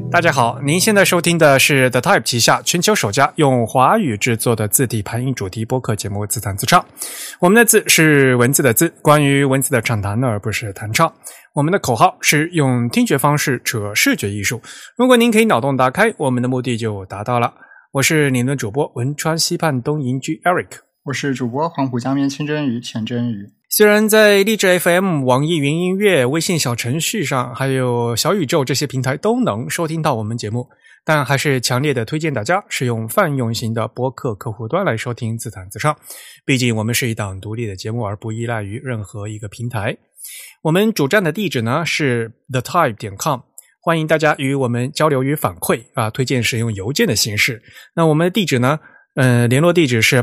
大家好，您现在收听的是 The Type 旗下全球首家用华语制作的字体排音主题播客节目自弹自唱。我们的字是文字的字，关于文字的畅谈而不是弹唱。我们的口号是用听觉方式扯视觉艺术。如果您可以脑洞打开，我们的目的就达到了。我是您的主播汶川西畔东营居 Eric， 我是主播黄浦江面清蒸鱼钱蒸鱼。 虽然在荔枝 FM、网易云音乐、微信小程序上还有小宇宙这些平台都能收听到我们节目，但还是强烈的推荐大家使用泛用型的播客客户端来收听自弹自唱。毕竟我们是一档独立的节目，而不依赖于任何一个平台。我们主站的地址呢是 thetype.com， 欢迎大家与我们交流与反馈啊，推荐使用邮件的形式。那我们的地址呢联络地址是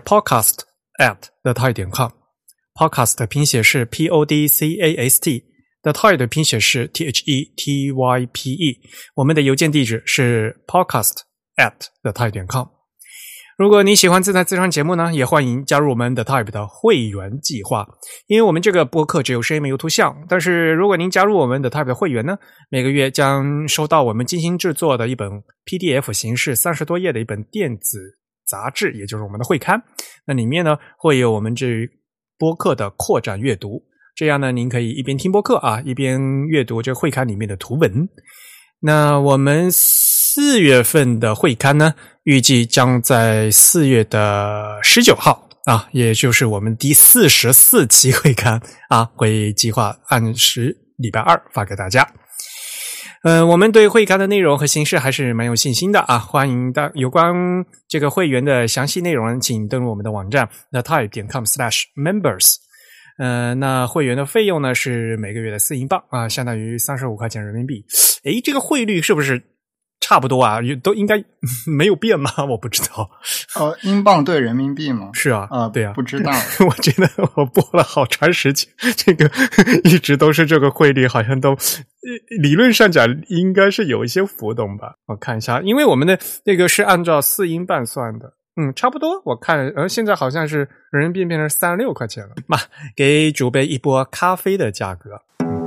podcast@thetype.com。Podcast 的拼写是 PODCAST，The Type 的拼写是 THETYPE。我们的邮件地址是 podcast@thetype.com。如果你喜欢自弹自唱节目呢，也欢迎加入我们 The Type 的会员计划。因为我们这个播客只有声音没有图像，但是如果您加入我们 The Type 的会员呢，每个月将收到我们精心制作的一本 PDF 形式30多页的一本电子杂志，也就是我们的会刊。那里面呢会有我们这播客的扩展阅读，这样呢您可以一边听播客啊，一边阅读这会刊里面的图文。那我们4月份的会刊呢，预计将在4月的19号啊，也就是我们第44期会刊啊，会计划按时礼拜二发给大家。我们对会刊的内容和形式还是蛮有信心的啊！欢迎有关这个会员的详细内容，请登录我们的网站 thetype.com/members。那会员的费用呢是每个月的4英镑啊，相当于35块钱人民币。诶，这个汇率是不是差不多啊？都应该没有变吗？我不知道。 英镑兑人民币吗？ 是啊，对啊， 不知道。 我觉得我播了好长时间，这个一直都是这个汇率，好像都理论上讲应该是有一些浮动吧。我看一下，因为我们的那个是按照4英镑算的。差不多。我看现在好像是人民币变成36块钱了。嘛，给主杯一波咖啡的价格。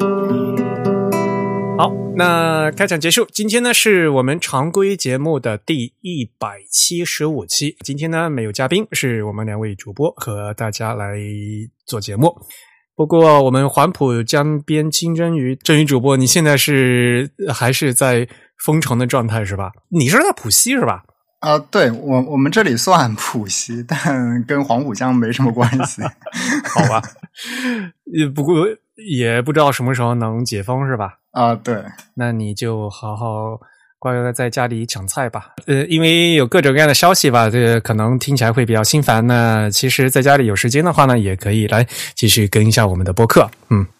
好，那开场结束。今天呢是我们常规节目的第175期。今天呢没有嘉宾，是我们2位主播和大家来做节目。不过我们黄浦江边清蒸鱼蒸鱼主播，你现在还是在封城的状态是吧？你是在浦西是吧？ 对，我们这里算浦西，但跟黄浦江没什么关系。 好吧，不过也不知道什么时候能解封是吧？ 对， 那你就好好乖乖在家里抢菜吧。因为有各种各样的消息吧，这个可能听起来会比较心烦。那其实在家里有时间的话呢，也可以来继续跟一下我们的播客。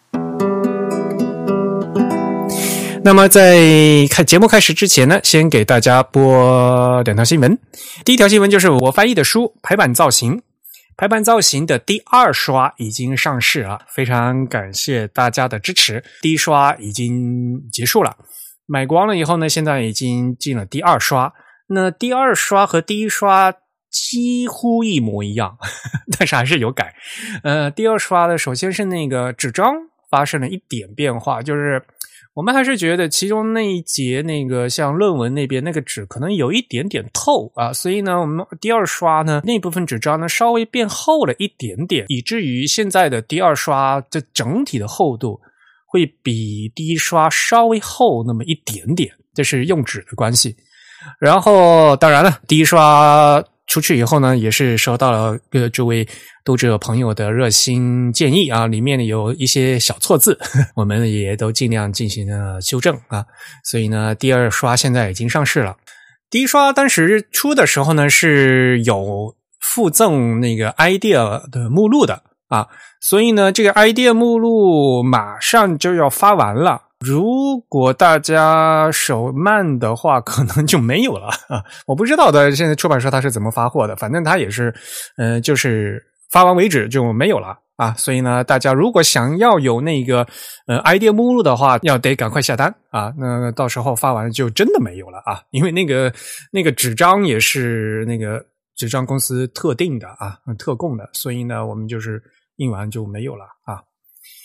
那么在节目开始之前呢，先给大家播2条新闻。第一条新闻就是我翻译的书排版造型的第2刷已经上市了，非常感谢大家的支持。第1刷已经结束了，买光了以后呢，现在已经进了第2刷。那第2刷和第1刷几乎一模一样，但是还是有改。第2刷的首先是那个纸张发生了一点变化，就是我们还是觉得其中那一节那个像论文那边那个纸可能有一点点透啊，所以呢我们第2刷呢那部分纸张呢稍微变厚了一点点，以至于现在的第2刷这整体的厚度会比第1刷稍微厚那么一点点，这是用纸的关系。然后当然了，第1刷出去以后呢，也是收到了诸位读者朋友的热心建议啊，里面有一些小错字，我们也都尽量进行了修正啊。所以呢，第2刷现在已经上市了。第1刷当时出的时候呢，是有附赠那个 idea 的目录的啊，所以呢，这个 idea 目录马上就要发完了。如果大家手慢的话，可能就没有了啊！我不知道的，现在出版社它是怎么发货的，反正它也是，就是发完为止就没有了啊！所以呢，大家如果想要有那个idea 目录的话，要得赶快下单啊！那到时候发完就真的没有了啊！因为那个纸张也是那个纸张公司特定的啊，特供的，所以呢，我们就是印完就没有了啊。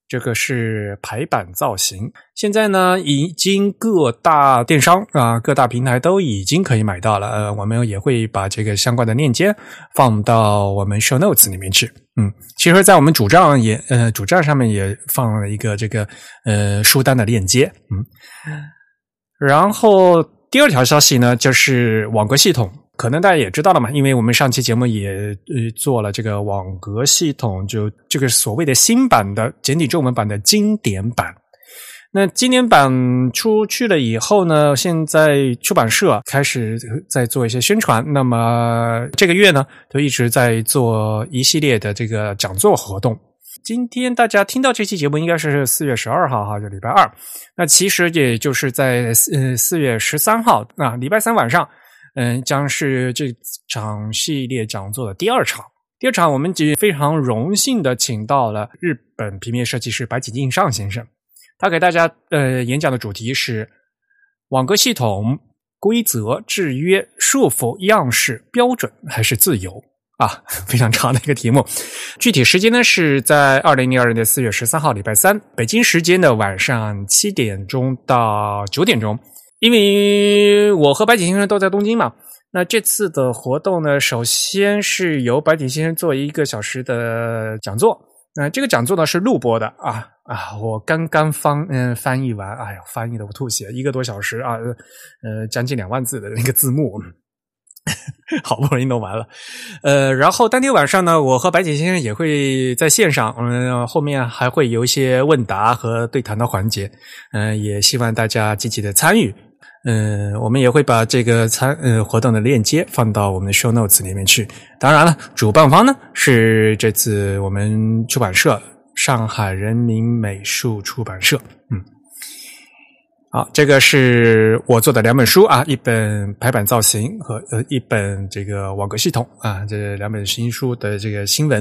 这个是排版造型，现在呢已经各大电商啊、各大平台都已经可以买到了。我们也会把这个相关的链接放到我们 show notes 里面去。其实在我们主账上面也放了一个这个书单的链接。然后第二条消息呢，就是网格系统。可能大家也知道了嘛，因为我们上期节目也做了这个网格系统，就这个所谓的新版的简体中文版的经典版。那经典版出去了以后呢，现在出版社开始在做一些宣传，那么这个月呢就一直在做一系列的这个讲座活动。今天大家听到这期节目应该是4月12号哈，就礼拜二。那其实也就是在4月13号啊，礼拜三晚上将是这场系列讲座的第二场。第二场我们非常荣幸的请到了日本平面设计师白井敬尚先生，他给大家演讲的主题是网格系统、规则、制约、束缚、样式、标准还是自由啊，非常长的一个题目。具体时间呢是在2002年的4月13号礼拜三，北京时间的晚上7点钟到9点钟。因为我和白井先生都在东京嘛，那这次的活动呢，首先是由白井先生做1个小时的讲座。那这个讲座呢是录播的我刚刚翻译完，哎呦，翻译的我吐血，1个多小时啊，将近2万字的那个字幕。好不容易弄完了。然后当天晚上呢，我和白井先生也会在线上，后面还会有一些问答和对谈的环节，也希望大家积极的参与。我们也会把这个活动的链接放到我们的 show notes 里面去。当然了，主办方呢是这次我们出版社上海人民美术出版社。好，这个是我做的2本书啊，一本排版造型和一本这个网格系统啊，这2本新书的这个新闻。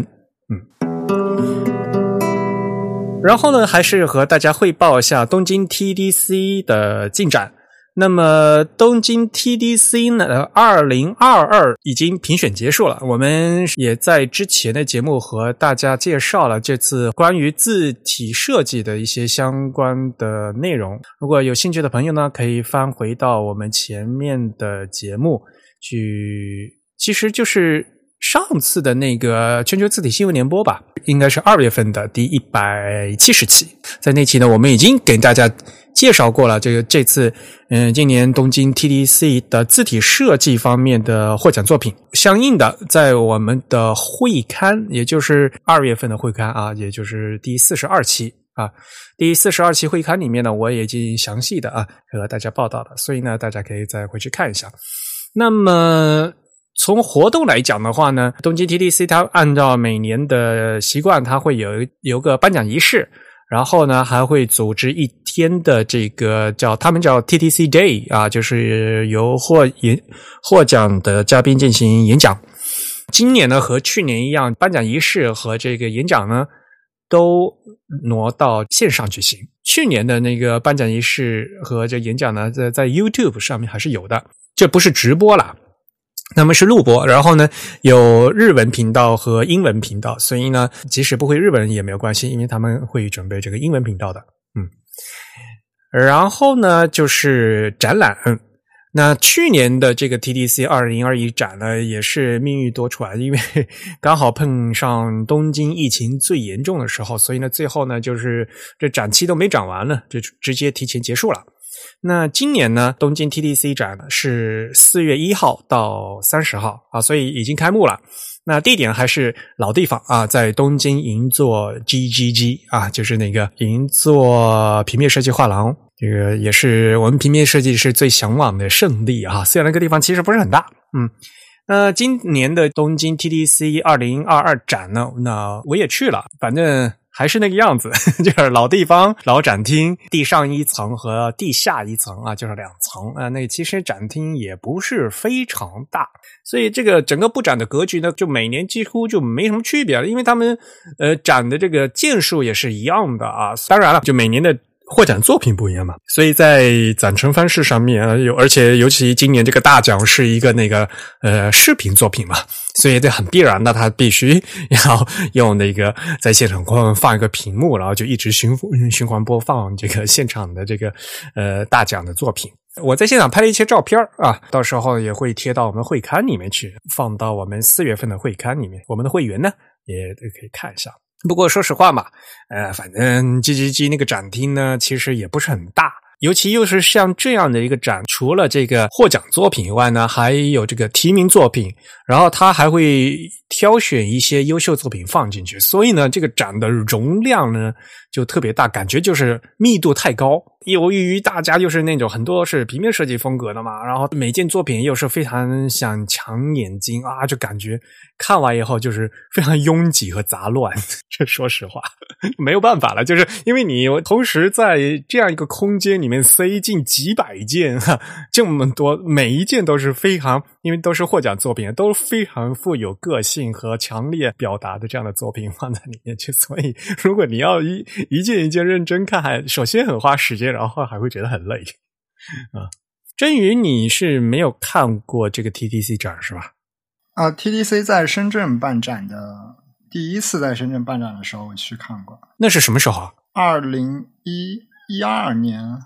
然后呢，还是和大家汇报一下东京 TDC 的进展。那么东京 TDC 呢2022已经评选结束了，我们也在之前的节目和大家介绍了这次关于字体设计的一些相关的内容。如果有兴趣的朋友呢，可以翻回到我们前面的节目去，其实就是上次的那个全球字体新闻联播吧，应该是2月份的第170期。在那期呢，我们已经给大家介绍过了这次今年东京 TDC 的字体设计方面的获奖作品。相应的，在我们的会刊，也就是2月份的会刊啊，也就是第42期啊，第42期会刊里面呢，我也已经详细的和大家报道了，所以呢，大家可以再回去看一下。那么从活动来讲的话呢，东京 TDC 它按照每年的习惯，它会有个颁奖仪式，然后呢还会组织1天的这个他们叫 TTC Day 啊，就是由获奖的嘉宾进行演讲。今年呢和去年一样，颁奖仪式和这个演讲呢都挪到线上举行。去年的那个颁奖仪式和这演讲呢在 YouTube 上面还是有的，这不是直播啦，那么是录播，然后呢有日文频道和英文频道，所以呢即使不会日文也没有关系，因为他们会准备这个英文频道的。然后呢就是展览。那去年的这个 TDC 2021展呢也是命运多舛，因为刚好碰上东京疫情最严重的时候，所以呢最后呢就是这展期都没展完呢，就直接提前结束了。那今年呢东京 TDC 展是4月1号到30号啊，所以已经开幕了。那地点还是老地方啊，在东京银座 GGG 啊，就是那个银座平面设计画廊，这个也是我们平面设计师最向往的圣地啊。虽然那个地方其实不是很大，今年的东京 TDC 2022展呢，那我也去了，反正还是那个样子，就是老地方、老展厅，地上1层和地下1层啊，就是2层。那其实展厅也不是非常大，所以这个整个布展的格局呢，就每年几乎就没什么区别了，因为他们展的这个件数也是一样的啊。当然了，就每年的获奖作品不一样嘛，所以在展陈方式上面而且尤其今年这个大奖是一个那个视频作品嘛，所以这很必然的，他必须要用那个在现场放一个屏幕，然后就一直循环播放这个现场的这个大奖的作品。我在现场拍了一些照片啊，到时候也会贴到我们会刊里面去，放到我们4月份的会刊里面，我们的会员呢也可以看一下。不过说实话嘛，反正 GGG 那个展厅呢，其实也不是很大，尤其又是像这样的一个展，除了这个获奖作品以外呢，还有这个提名作品，然后他还会挑选一些优秀作品放进去，所以呢，这个展的容量呢就特别大，感觉就是密度太高。由于大家就是那种很多是平面设计风格的嘛，然后每件作品又是非常想抢眼睛啊，就感觉看完以后就是非常拥挤和杂乱。这说实话没有办法了，就是因为你同时在这样一个空间里面塞进几百件这么多，每一件都是非常，因为都是获奖作品，都非常富有个性和强烈表达的这样的作品放在里面去，所以如果你要一件一件认真看，首先很花时间，然后还会觉得很累啊。真宇，你是没有看过这个 TDC 展是吧 ？TDC 在深圳办展的，第一次在深圳办展的时候我去看过。 那是什么时候啊 ？2012年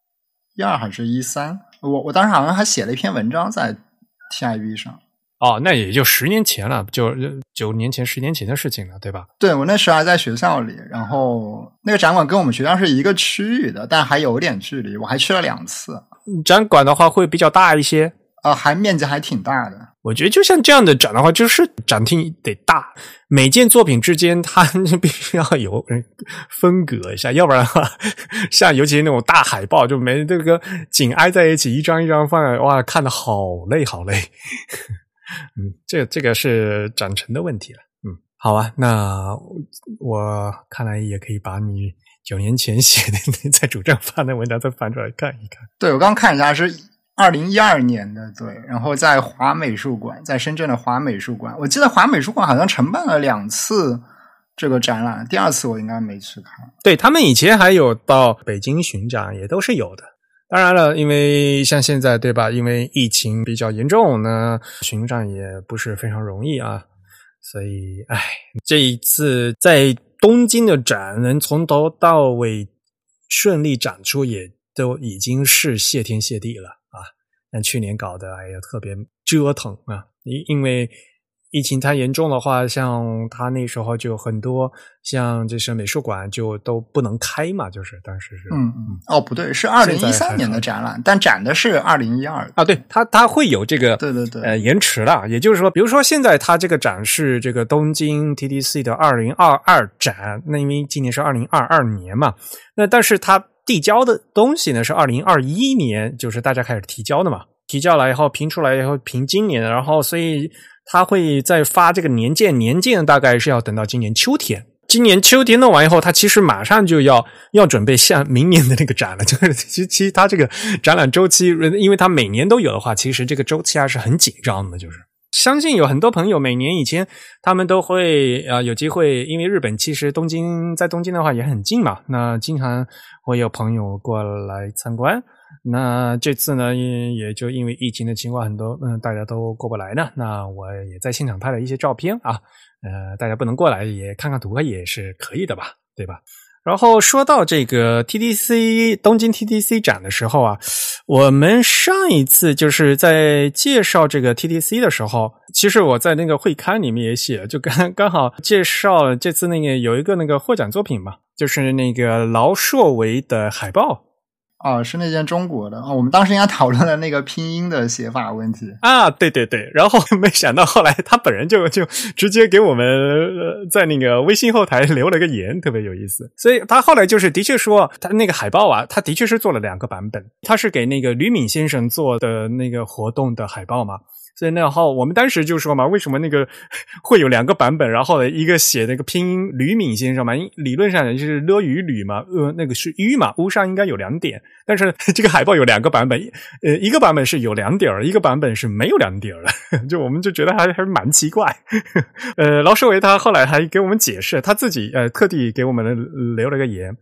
，12还是13？我当时好像还写了一篇文章在 TIB 上。 哦，那也就10年前了，就9年前、10年前的事情了，对吧？ 对，我那时候还在学校里，然后那个展馆跟我们学校是一个区域的，但还有点距离，我还去了2次。 展馆的话会比较大一些？ 面积还挺大的。 我觉得就像这样的展的话，就是展厅得大，每件作品之间它必须要有分隔一下，要不然的话，像尤其那种大海报，就没这个紧挨在一起，一张一张放，哇，看得好累好累。这个是展陈的问题了。好啊，那我看来也可以把你9年前写的在主站发的文章再翻出来看一看。 对，我刚看一下是2012年的，对，然后在华美术馆，在深圳的华美术馆，我记得华美术馆好像承办了2次这个展览，第2次我应该没去看。 对，他们以前还有到北京巡展，也都是有的。当然了，因为像现在对吧，因为疫情比较严重呢，巡展也不是非常容易啊，所以这一次在东京的展能从头到尾顺利展出，也都已经是谢天谢地了啊。但去年搞的也特别折腾啊，因为疫情太严重的话，像他那时候就很多像这些美术馆就都不能开嘛，就是当时是不对，是2013年的展览，但展的是2012 啊，对，它会有这个对延迟了，也就是说，比如说现在它这个展是这个东京 TDC 的2022展，那因为今年是2022年嘛，那但是它递交的东西呢是2021年，就是大家开始提交的嘛，提交来以后评出来以后评今年，然后所以他会再发这个年鉴大概是要等到今年秋天。今年秋天弄完以后，他其实马上就要准备向明年的那个展了。就是其实他这个展览周期，因为他每年都有的话，其实这个周期还是很紧张的。就是相信有很多朋友每年以前他们都会有机会，因为日本其实在东京的话也很近嘛，那经常会有朋友过来参观。那这次呢，也就因为疫情的情况，很多大家都过不来呢。那我也在现场拍了一些照片啊，大家不能过来也看看图也是可以的吧，对吧？然后说到这个 TDC 东京 TDC 展的时候啊，我们上一次就是在介绍这个 TDC 的时候，其实我在那个会刊里面也写，就刚好介绍这次那个有一个那个获奖作品嘛，就是那个劳硕维的海报。 是那件中国的我们当时应该讨论了那个拼音的写法问题啊，对，然后没想到后来他本人就直接给我们在那个微信后台留了个言，特别有意思。所以他后来就是的确说他那个海报啊，他的确是做了2个版本，他是给那个吕敏先生做的那个活动的海报嘛。所以然后我们当时就说嘛，为什么那个会有2个版本，然后一个写那个拼音吕敏先生嘛，理论上就是了与吕嘛，那个是于嘛，乌上应该有2点，但是这个海报有2个版本，一个版本是有2点，一个版本是没有2点的，就我们就觉得还蛮奇怪。劳硕维他后来还给我们解释，他自己特地给我们留了个言。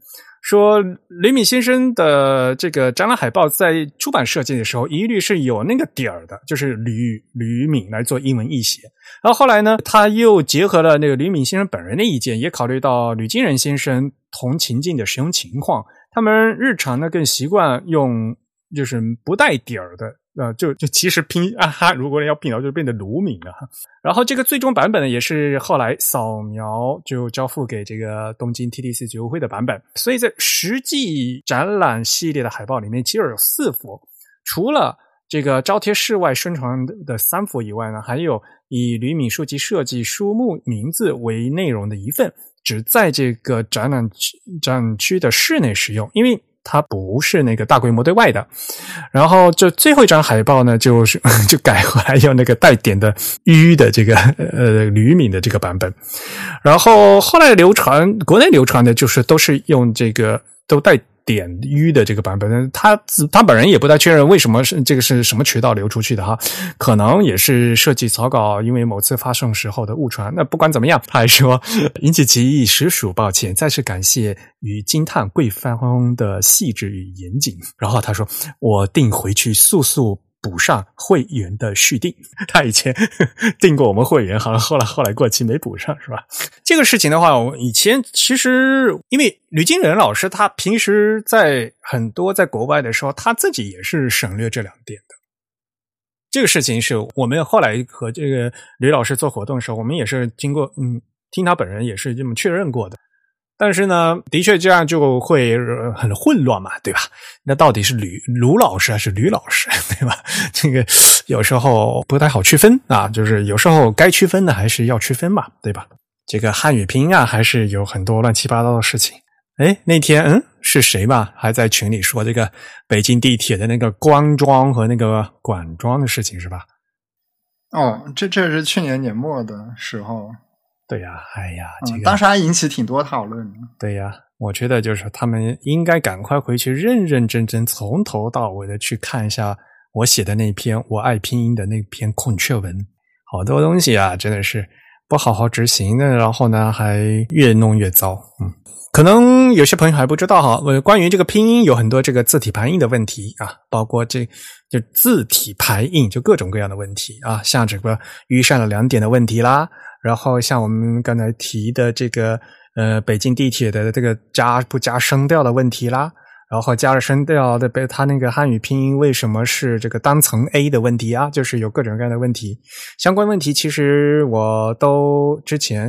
说吕敏先生的这个展览海报在出版设计的时候一律是有那个底儿的，就是吕敏来做英文译写。然后后来呢，他又结合了那个吕敏先生本人的意见，也考虑到吕金人先生同情境的使用情况，他们日常呢更习惯用就是不带底儿的。就其实拼如果要拼的话就变得卢敏了。然后这个最终版本呢，也是后来扫描就交付给这个东京 TDC 组委会的版本。所以在实际展览系列的海报里面，其实有4幅，除了这个招贴室外宣传的3幅以外呢，还有以吕敏书籍设计书目名字为内容的一份，只在这个展区的室内使用，因为它不是那个大规模对外的。然后这最后一张海报呢，就改回来用那个带点的U的这个吕敏的这个版本。然后后来国内流传的就是都是用这个都带点U的这个版本。他本人也不太确认为什么这个是什么渠道流出去的哈，可能也是设计草稿因为某次发送时候的误传。那不管怎么样，他还说引起其意实属抱歉，再次感谢与惊叹贵方的细致与严谨。然后他说我定回去速补上会员的续订，他以前订过我们会员，好像后来过期没补上是吧？这个事情的话，我以前其实因为吕金人老师他平时很多在国外的时候，他自己也是省略这2点的。这个事情是我们后来和这个吕老师做活动的时候，我们也是经过听他本人也是这么确认过的。但是呢，的确这样就会很混乱嘛，对吧？那到底是卢老师还是吕老师，对吧？这个有时候不太好区分啊，就是有时候该区分的还是要区分嘛，对吧？这个汉语拼音啊，还是有很多乱七八糟的事情。那天是谁吧？还在群里说这个北京地铁的那个光庄和那个管庄的事情是吧？ 这是去年年末的时候。 对呀，这个当时还引起挺多讨论的。 对呀，我觉得就是他们应该赶快回去认认真真从头到尾的去看一下我写的那篇我爱拼音的那篇孔雀文。好多东西啊真的是不好好执行的，然后呢还越弄越糟。可能有些朋友还不知道哈，关于这个拼音有很多这个字体排印的问题啊，包括就字体排印就各种各样的问题啊，像这个余上了2点的问题啦，然后像我们刚才提的这个北京地铁的这个加不加声调的问题啦，然后加了声调的它那个汉语拼音为什么是这个单层 A 的问题啊，就是有各种各样的问题。相关问题其实我都之前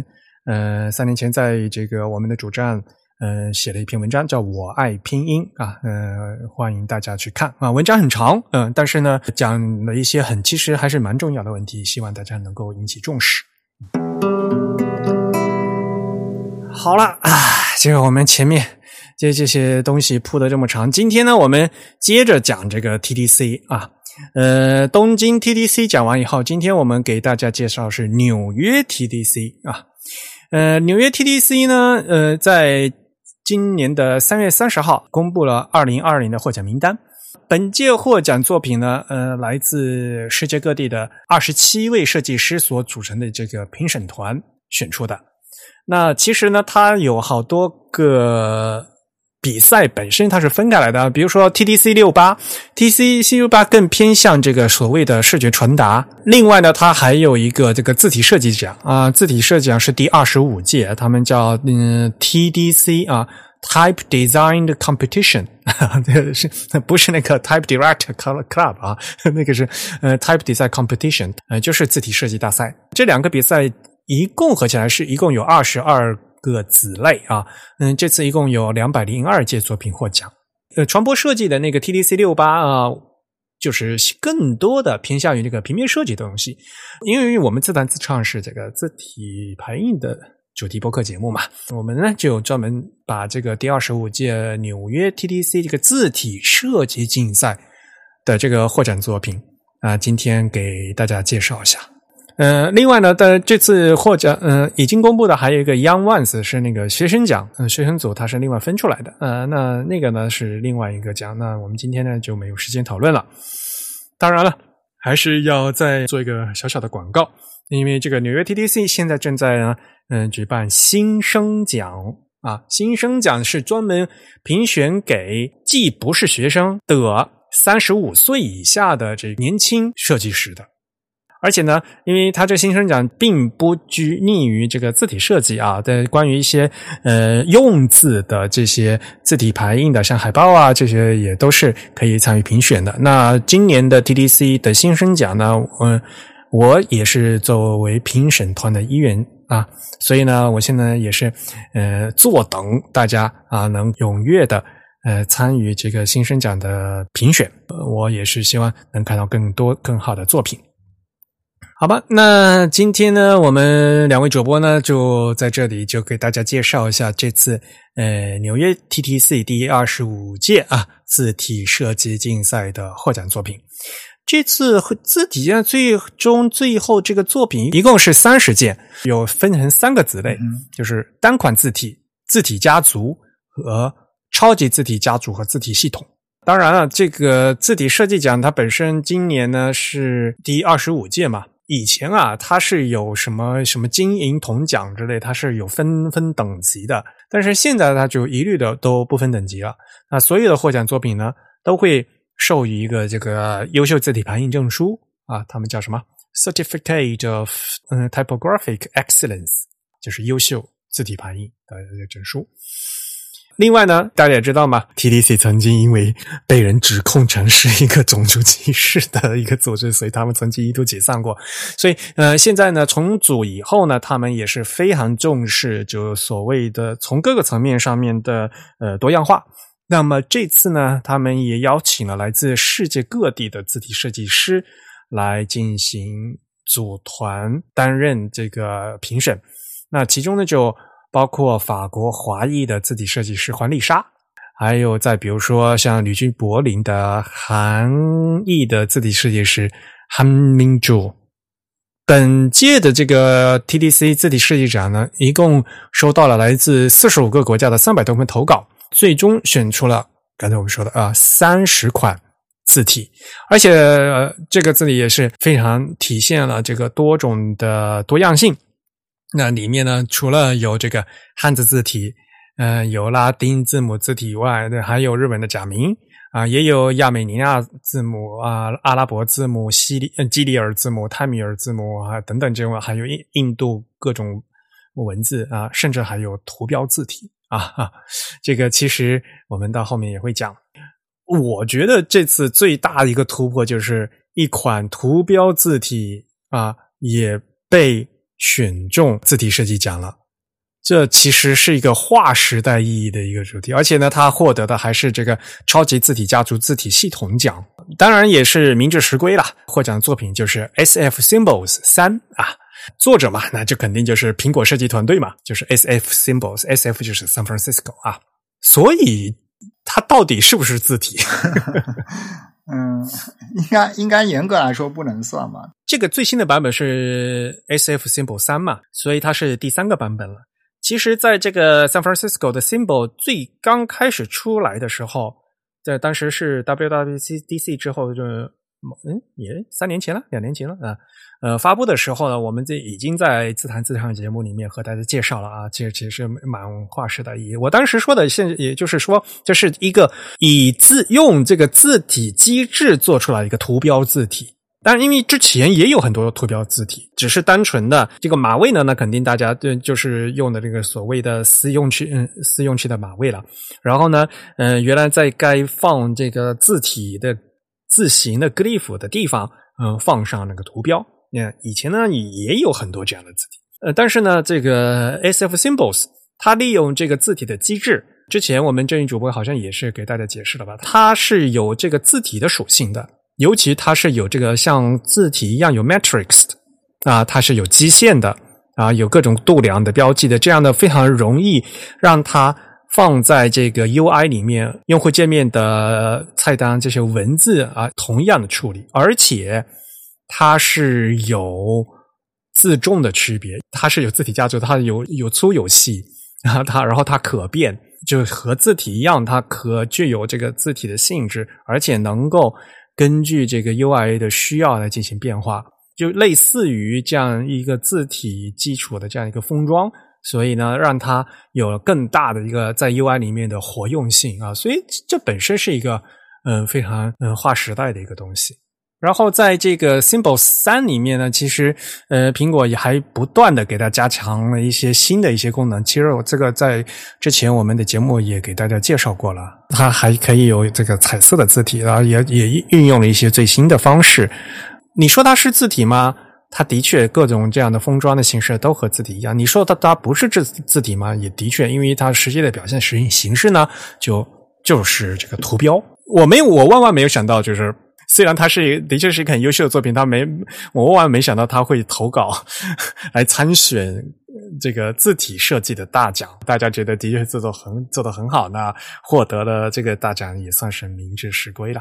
3年前在这个我们的主站写了一篇文章叫我爱拼音啊，欢迎大家去看啊。文章很长但是呢讲了一些其实还是蛮重要的问题，希望大家能够引起重视。好了这个我们前面这些东西铺得这么长，今天呢我们接着讲这个 TDC 啊。东京 TDC 讲完以后，今天我们给大家介绍是纽约 TDC 啊。纽约 TDC 呢在今年的3月30号公布了2020的获奖名单。本届获奖作品呢来自世界各地的27位设计师所组成的这个评审团选出的。那其实呢它有好多个比赛本身它是分开来的，比如说 TDC68 更偏向这个所谓的视觉传达。另外呢它还有一个这个字体设计奖啊，字体设计奖是第25届，他们叫TDC Type Design Competition 不是那个 Type Direct Club 啊，那个是Type Design Competition 就是字体设计大赛。这2个比赛一共合起来是一共有22个子类啊，这次一共有202件作品获奖。传播设计的那个 TDC68 啊，就是更多的偏向于这个平面设计的东西。因为我们自弹自唱是这个字体排印的主题播客节目嘛，我们呢就专门把这个第25届纽约 TDC 这个字体设计竞赛的这个获奖作品今天给大家介绍一下。另外呢这次获奖已经公布的还有一个 Young Ones 是那个学生奖，学生组它是另外分出来的那个呢是另外一个奖，那我们今天呢就没有时间讨论了。当然了还是要再做一个小小的广告，因为这个纽约 TDC 现在正在举办新生奖啊，新生奖是专门评选给既不是学生的35岁以下的这年轻设计师的。而且呢，因为它这新生奖并不拘泥于这个字体设计啊，在关于一些用字的这些字体排印的，像海报啊这些也都是可以参与评选的。那今年的 TDC 的新生奖呢，我也是作为评审团的一员啊，所以呢，我现在也是坐等大家啊能踊跃的参与这个新生奖的评选，我也是希望能看到更多更好的作品。好吧，那今天呢，我们两位主播呢就在这里就给大家介绍一下这次纽约 TTC 第25届啊字体设计竞赛的获奖作品。这次字体最后这个作品一共是30件，有分成3个子类，就是单款字体、字体家族和超级字体家族和字体系统。当然了，这个字体设计奖它本身今年呢是第25届嘛。以前啊，它是有什么金银铜奖之类，它是有分等级的。但是现在它就一律的都不分等级了。那所有的获奖作品呢，都会授予一个这个优秀字体排印证书啊，他们叫什么 Certificate of Typographic Excellence， 就是优秀字体排印的证书。另外呢，大家也知道嘛 TDC 曾经因为被人指控成是一个种族歧视的一个组织，所以他们曾经一度解散过。所以现在呢重组以后呢，他们也是非常重视就所谓的从各个层面上面的多样化。那么这次呢，他们也邀请了来自世界各地的字体设计师来进行组团担任这个评审。那其中呢就包括法国华裔的字体设计师黄丽莎，还有再比如说像旅居柏林的韩裔的字体设计师Han Mingzhu。本届的这个 TDC 字体设计奖呢，一共收到了来自45个国家的300多份投稿，最终选出了刚才我们说的30款字体，而且这个字体也是非常体现了这个多种的多样性。那里面呢，除了有这个汉字字体，有拉丁字母字体以外，还有日本的假名啊，也有亚美尼亚字母啊、阿拉伯字母、基里尔字母、泰米尔字母啊等等这种，还有印度各种文字啊，甚至还有图标字体啊。这个其实我们到后面也会讲。我觉得这次最大的一个突破就是一款图标字体啊也被选中字体设计奖了，这其实是一个划时代意义的一个主题，而且呢，他获得的还是这个超级字体家族字体系统奖，当然也是名至实归啦。获奖作品就是 SF Symbols 3啊，作者嘛，那就肯定就是苹果设计团队嘛，就是 SF Symbols，SF 就是 San Francisco 啊，所以它到底是不是字体？ 应该严格来说不能算吧。 这个最新的版本是 SF Symbol 3嘛，所以它是第3个版本了。其实在这个 San Francisco 的 Symbol 最刚开始出来的时候，在当时是 WWDC 之后就也2年前了啊。发布的时候呢，我们这已经在自弹自唱节目里面和大家介绍了啊，这其实蛮划时代意义。我当时说的也就是说，这是一个用这个字体机制做出来一个图标字体。当然因为之前也有很多图标字体，只是单纯的这个码位呢，那肯定大家就是用的这个所谓的私用区的码位了。然后呢原来在该放这个字体的字形的 glyph 的地方放上那个图标。以前呢也有很多这样的字体，但是呢这个 SF Symbols 它利用这个字体的机制，之前我们正义主播好像也是给大家解释了吧，它是有这个字体的属性的，尤其它是有这个像字体一样有 matrix 啊，它是有基线的啊，有各种度量的标记的，这样的非常容易让它放在这个 UI 里面，用户界面的菜单这些文字啊同样的处理，而且它是有字重的区别，它是有字体家族，它有粗有细然后它可变，就和字体一样，它具有这个字体的性质，而且能够根据这个 UI 的需要来进行变化，就类似于这样一个字体基础的这样一个封装， 所以呢，让它有了更大的一个在 UI 里面的活用性啊，所以这本身是一个非常划时代的一个东西。然后在这个 Symbols 3里面呢，其实苹果也还不断的给它加强了一些新的一些功能。其实这个在之前我们的节目也给大家介绍过了，它还可以有这个彩色的字体，然后也运用了一些最新的方式。你说它是字体吗？它的确各种这样的封装的形式都和字体一样。你说它不是字体吗？也的确，因为它实际的表现形式呢，就是这个图标。我万万没有想到，就是虽然它的确是一个很优秀的作品，我万万没想到它会投稿来参选这个字体设计的大奖。大家觉得的确做得很好，那获得了这个大奖也算是名至实归了。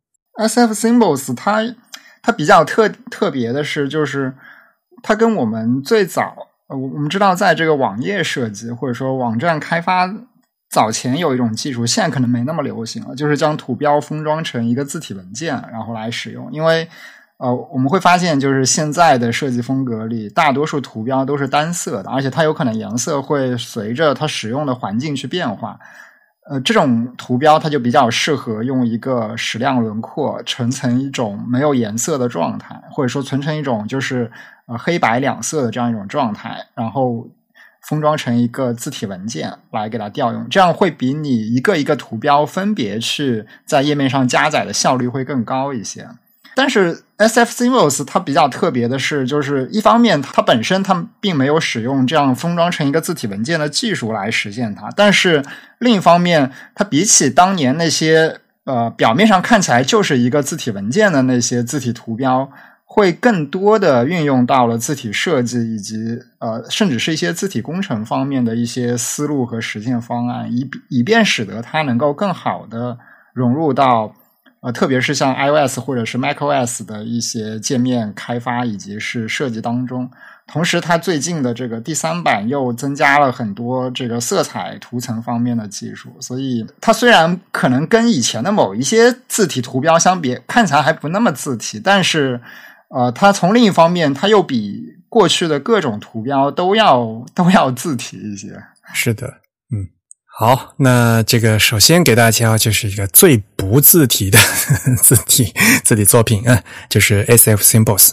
SF Symbols 它比较特别的是，就是它跟我们最早我们知道在这个网页设计或者说网站开发早前有一种技术，现在可能没那么流行了，就是将图标封装成一个字体文件然后来使用。因为我们会发现就是现在的设计风格里大多数图标都是单色的，而且它有可能颜色会随着它使用的环境去变化。这种图标它就比较适合用一个矢量轮廓存成一种没有颜色的状态，或者说存成一种就是黑白两色的这样一种状态，然后封装成一个字体文件来给它调用，这样会比你一个一个图标分别去在页面上加载的效率会更高一些。但是 SF Symbols 它比较特别的是，就是一方面它本身它并没有使用这样封装成一个字体文件的技术来实现它，但是另一方面它比起当年那些表面上看起来就是一个字体文件的那些字体图标，会更多的运用到了字体设计以及甚至是一些字体工程方面的一些思路和实现方案，以便使得它能够更好的融入到特别是像 iOS 或者是 macOS 的一些界面开发以及是设计当中。同时它最近的这个第3版又增加了很多这个色彩图层方面的技术，所以它虽然可能跟以前的某一些字体图标相比看起来还不那么字体，但是它从另一方面它又比过去的各种图标都要字体一些。 是的，好，那这个首先给大家就是一个最不字体的字体作品就是 SF Symbols。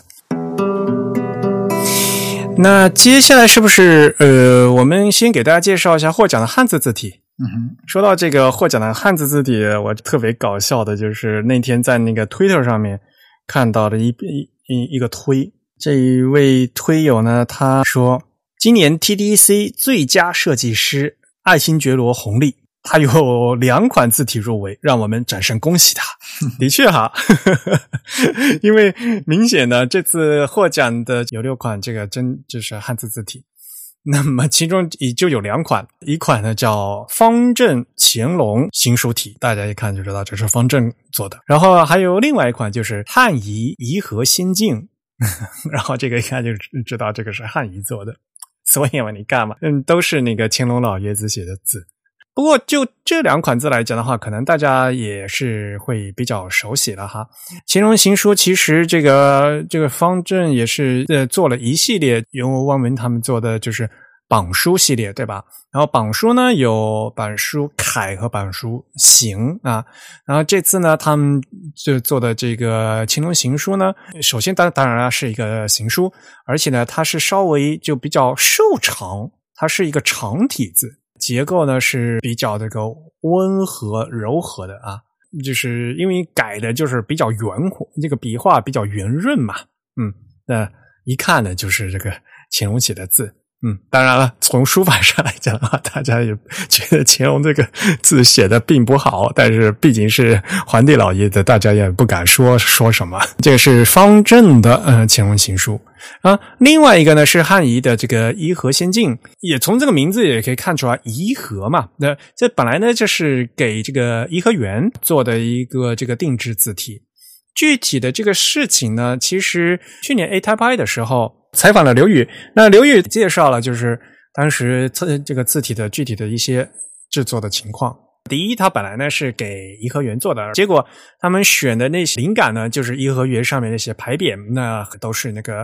那接下来是不是我们先给大家介绍一下获奖的汉字字体？说到这个获奖的汉字字体，我特别搞笑的就是那天在那个 Twitter 上面看到的一个推，这一位推友呢，他说今年 TDC 最佳设计师爱新觉罗弘历，他有2款字体入围，让我们掌声恭喜他。的确哈因为明显呢这次获奖的有6款这个就是汉字字体，那么其中也就有2款，一款呢叫方正乾隆新书体，大家一看就知道这是方正做的，然后还有另外一款就是汉仪颐和仙境然后这个一看就知道这个是汉仪做的，所以嘛你看嘛都是那个乾隆老爷子写的字。不过就这2款字来讲的话，可能大家也是会比较熟悉了哈。乾隆行书其实这个方正也是做了一系列由汪文他们做的就是榜书系列，对吧？然后榜书呢有榜书楷和榜书行啊，然后这次呢他们就做的这个乾隆行书呢，首先当然了是一个行书，而且呢它是稍微就比较瘦长，它是一个长体字，结构呢是比较这个温和柔和的啊，就是因为改的就是比较圆滑，这个笔画比较圆润嘛，那一看呢就是这个乾隆写的字。当然了，从书法上来讲的话，大家也觉得乾隆这个字写的并不好，但是毕竟是皇帝老爷子，大家也不敢说什么。这个是方正的乾隆行书啊。另外一个呢是汉仪的这个颐和仙境，也从这个名字也可以看出来颐和嘛。那这本来呢就是给这个颐和园做的一个这个定制字体。具体的这个事情呢，其实去年 A-Type I 的时候采访了刘宇，那刘宇介绍了就是当时这个字体的具体的一些制作的情况。第一，他本来呢是给颐和园做的，结果他们选的那些灵感呢，就是颐和园上面那些牌匾，那都是那个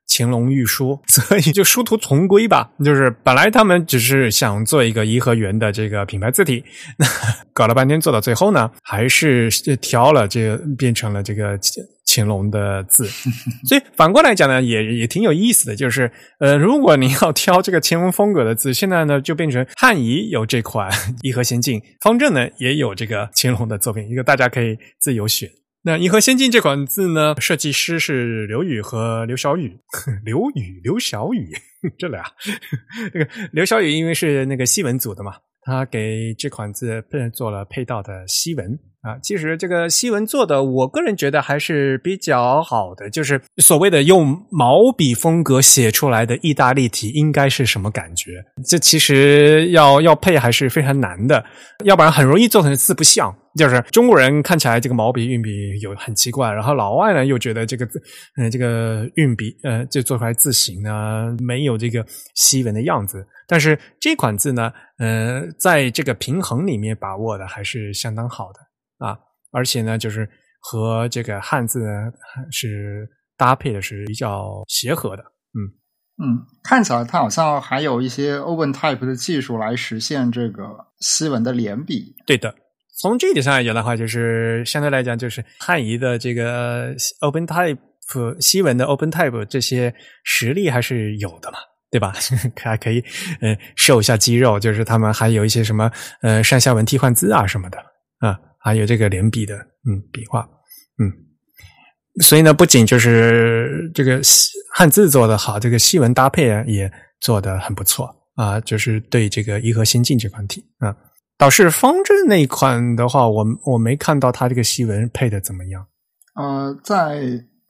乾隆御书，所以就殊途同归吧。就是本来他们只是想做一个颐和园的这个品牌字体，那搞了半天做到最后呢，还是挑了这个变成了这个乾隆的字。所以反过来讲呢，也挺有意思的，就是如果你要挑这个乾隆风格的字，现在呢就变成汉仪有这款颐和仙境，方正呢也有这个乾隆的作品，一个大家可以自由选。那颐和仙境这款字呢，设计师是刘宇和刘小宇，刘小宇这俩，那个刘小宇因为是那个西文组的嘛，他给这款字做了配套的西文啊。其实这个西文做的，我个人觉得还是比较好的，就是所谓的用毛笔风格写出来的意大利体应该是什么感觉？这其实要配还是非常难的，要不然很容易做成字不像。就是中国人看起来这个毛笔运笔有很奇怪，然后老外呢又觉得这个运笔就做出来字形呢没有这个西文的样子。但是这款字呢在这个平衡里面把握的还是相当好的啊，而且呢就是和这个汉字呢是搭配的是比较协和的。 看起来它好像还有一些 OpenType 的技术来实现这个西文的连笔。 对的，从这一点上来讲的话，就是相对来讲，就是汉仪的这个 OpenType 西文的 OpenType 这些实力还是有的嘛，对吧？还可以瘦一下肌肉，就是他们还有一些什么上下文替换字啊什么的啊，还有这个连笔的笔画所以呢，不仅就是这个汉字做得好，这个西文搭配也做得很不错啊，就是对这个颐和仙境这款体啊。倒是方正那一款的话，我没看到它这个西文配的怎么样。 在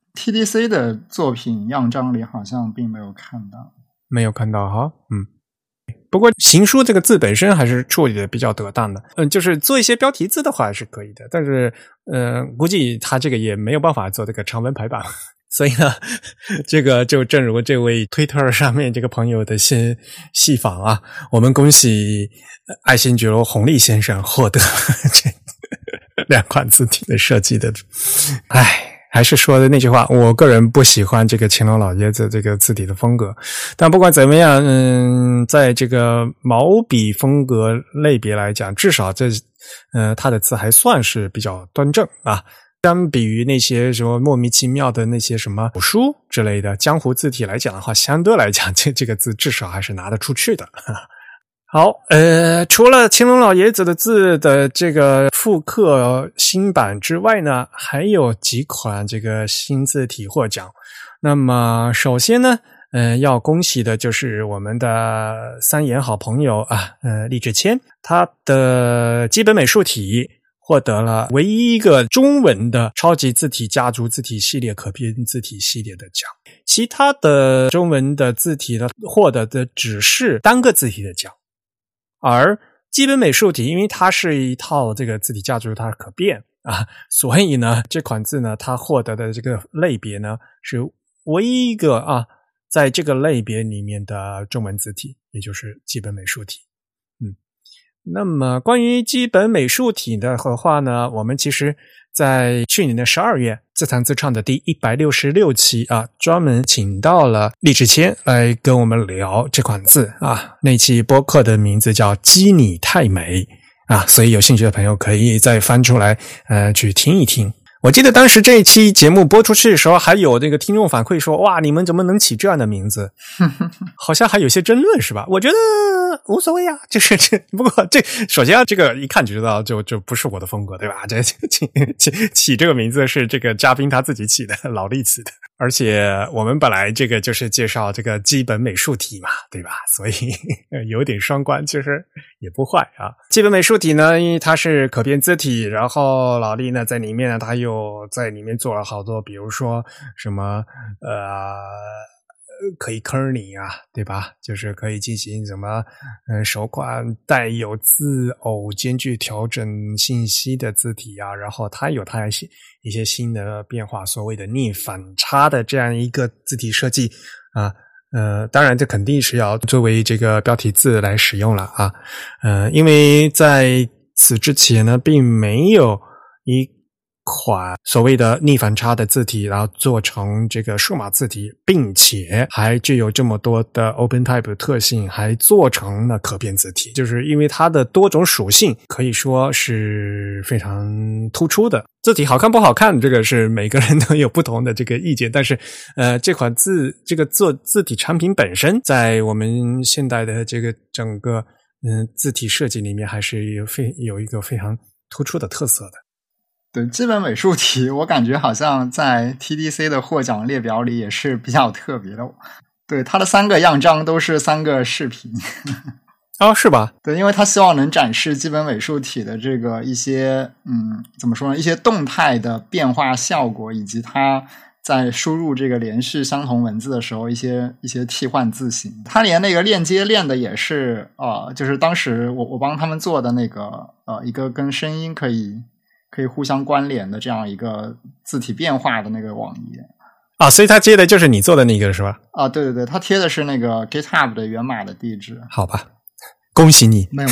TDC 的作品样章里好像并没有看到。 没有看到哈，不过行书这个字本身还是处理的比较得当的，就是做一些标题字的话还是可以的，但是估计他这个也没有办法做这个长文排版。所以呢，这个就正如这位推特上面这个朋友的细访啊，我们恭喜爱新觉罗弘历先生获得这两款字体的设计的。还是说的那句话，我个人不喜欢这个乾隆老爷子这个字体的风格，但不管怎么样，在这个毛笔风格类别来讲，至少他的字还算是比较端正啊。相比于那些什么莫名其妙的那些什么古书之类的江湖字体来讲的话，相对来讲这个字至少还是拿得出去的。好，除了乾隆老爷子的字的这个复刻新版之外呢，还有几款这个新字体获奖。那么首先呢，要恭喜的就是我们的三言好朋友啊，厉志谦，他的基本美术体获得了唯一一个中文的超级字体家族字体系列可编字体系列的奖，其他的中文的字体呢获得的只是单个字体的奖。而基本美术体因为它是一套这个字体家族，它可变啊，所以呢这款字呢它获得的这个类别呢是唯一一个啊在这个类别里面的中文字体，也就是基本美术体。那么关于基本美术体的话呢，我们其实在去年的12月自弹自唱的第166期啊，专门请到了厉志谦来跟我们聊这款字啊。那期播客的名字叫基拟太美啊，所以有兴趣的朋友可以再翻出来去听一听。我记得当时这一期节目播出去的时候，还有这个听众反馈说，哇，你们怎么能起这样的名字？好像还有些争论是吧？我觉得无所谓啊，就是不过首先这个一看就知道就不是我的风格，对吧？这起这个名字是这个嘉宾他自己起的，老厉起的。而且我们本来这个就是介绍这个基本美术体嘛，对吧？所以有点双关，其实也不坏啊。基本美术体呢，因为它是可变字体，然后老厉呢在里面呢，他又在里面做了好多，比如说什么可以坑你啊，对吧？就是可以进行什么首款带有字偶间距调整信息的字体啊，然后它有它一些新的变化，所谓的逆反差的这样一个字体设计啊。当然这肯定是要作为这个标题字来使用了啊。因为在此之前呢并没有一款所谓的逆反差的字体，然后做成这个数码字体，并且还具有这么多的 OpenType 特性，还做成了可变字体，就是因为它的多种属性可以说是非常突出的。字体好看不好看，这个是每个人都有不同的这个意见，但是这款这个做字体产品本身，在我们现代的这个整个字体设计里面，还是有一个非常突出的特色的。 对，基本美术体我感觉好像在 TDC 的获奖列表里也是比较特别的。对，它的3个样章都是3个视频。 哦，是吧？ 对，因为他希望能展示基本美术体的这个一些怎么说呢，一些动态的变化效果，以及它在输入这个连续相同文字的时候一些替换字形。他连那个链接链的也是就是当时我帮他们做的那个一个跟声音可以互相关联的这样一个字体变化的那个网页啊，所以他接的就是你做的那个是吧？ 啊，对对对，他贴的是那个 GitHub 的源码的地址。 好吧，恭喜你。 没有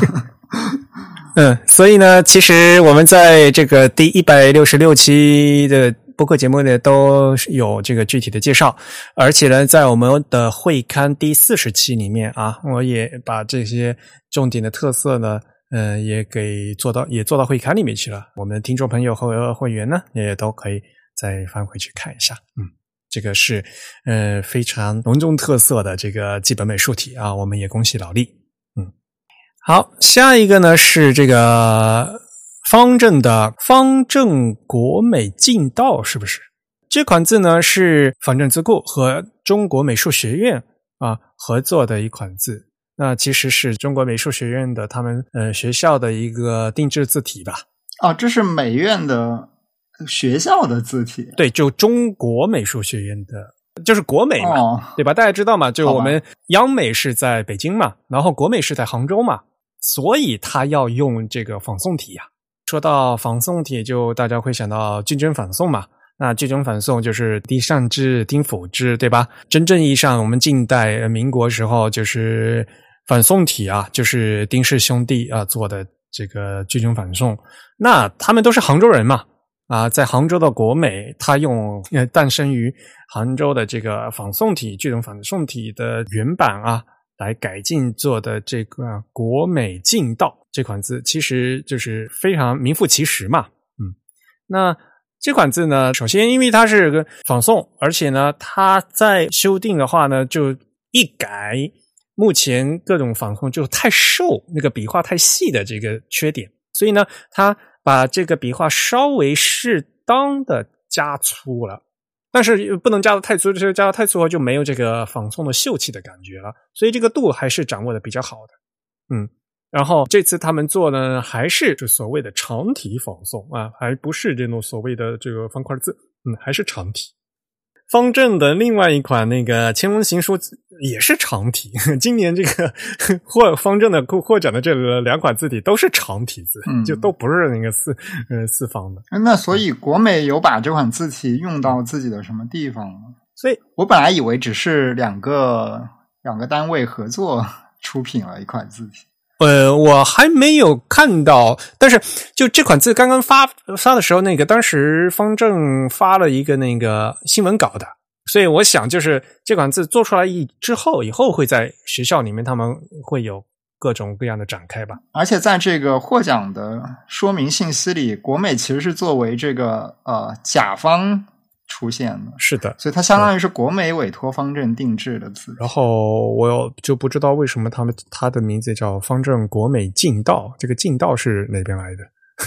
所以呢，其实我们在这个第166期的播客节目呢都有这个具体的介绍，而且呢在我们的会刊第40期里面啊，我也把这些重点的特色呢也做到会刊里面去了。我们的听众朋友和会员呢也都可以再翻回去看一下。这个是非常隆重特色的这个基本美术体啊，我们也恭喜老力。好，下一个呢是这个方正的方正国美劲道，是不是？这款字呢是方正字库和中国美术学院合作的一款字。那其实是中国美术学院的他们学校的一个定制字体吧。 哦，这是美院的学校的字体。 对，就中国美术学院的，就是国美嘛，对吧？大家知道嘛，就我们央美是在北京嘛，然后国美是在杭州嘛，所以他要用这个仿宋体呀。说到仿宋体，就大家会想到均真仿宋嘛。那这种仿宋就是丁尚志、丁辅之，对吧？真正意义上，我们近代民国时候就是仿宋体啊，就是丁氏兄弟做的这个均真仿宋。那他们都是杭州人嘛，在杭州的国美，他用诞生于杭州的这个仿宋体、具种仿宋体的原版来改进做的这个国美劲道这款字，其实就是非常名副其实嘛。那这款字呢，首先因为它是个仿宋，而且呢它在修订的话呢就一改目前各种仿宋就太瘦，那个笔画太细的这个缺点，所以呢它把这个笔画稍微适当的加粗了，但是不能加得太粗，就是加得太粗后就没有这个仿宋的秀气的感觉了，所以这个度还是掌握的比较好的。然后这次他们做呢还是就所谓的长体仿宋还不是这种所谓的这个方块字，还是长体。方正的另外一款那个乾隆行书也是长体，今年这个方正的获奖的这2款字体都是长体字，就都不是那个四方的。 那所以国美有把这款字体用到自己的什么地方吗？ 所以我本来以为只是两个单位合作出品了一款字体。 我还没有看到，但是就这款字刚刚发的时候，那个当时方正发了一个那个新闻稿的，所以我想就是这款字做出来以后会在学校里面他们会有各种各样的展开吧。 而且在这个获奖的说明信息里，国美其实是作为这个甲方出现的， 是的， 所以它相当于是国美委托方正定制的字。 然后我就不知道为什么它的名字叫方正国美劲道，这个劲道是哪边来的？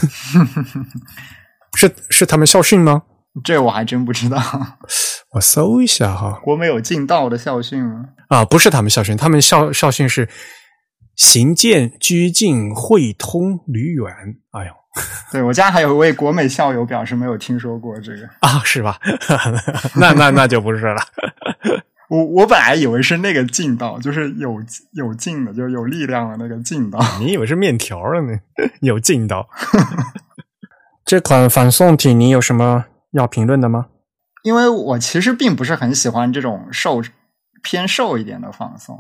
是他们校训吗？ 这我还真不知道。 我搜一下哈。 国美有劲道的校训吗？ 不是他们校训，他们校训是行健居静汇通旅远。哎呦， 对，我家还有一位国美校友表示没有听说过这个是吧？那就不是了。 我本来以为是那个劲道，就是有劲的，就是有力量的那个劲道。 你以为是面条了呢？有劲道。这款仿宋体你有什么要评论的吗？ 因为我其实并不是很喜欢这种偏瘦一点的仿宋，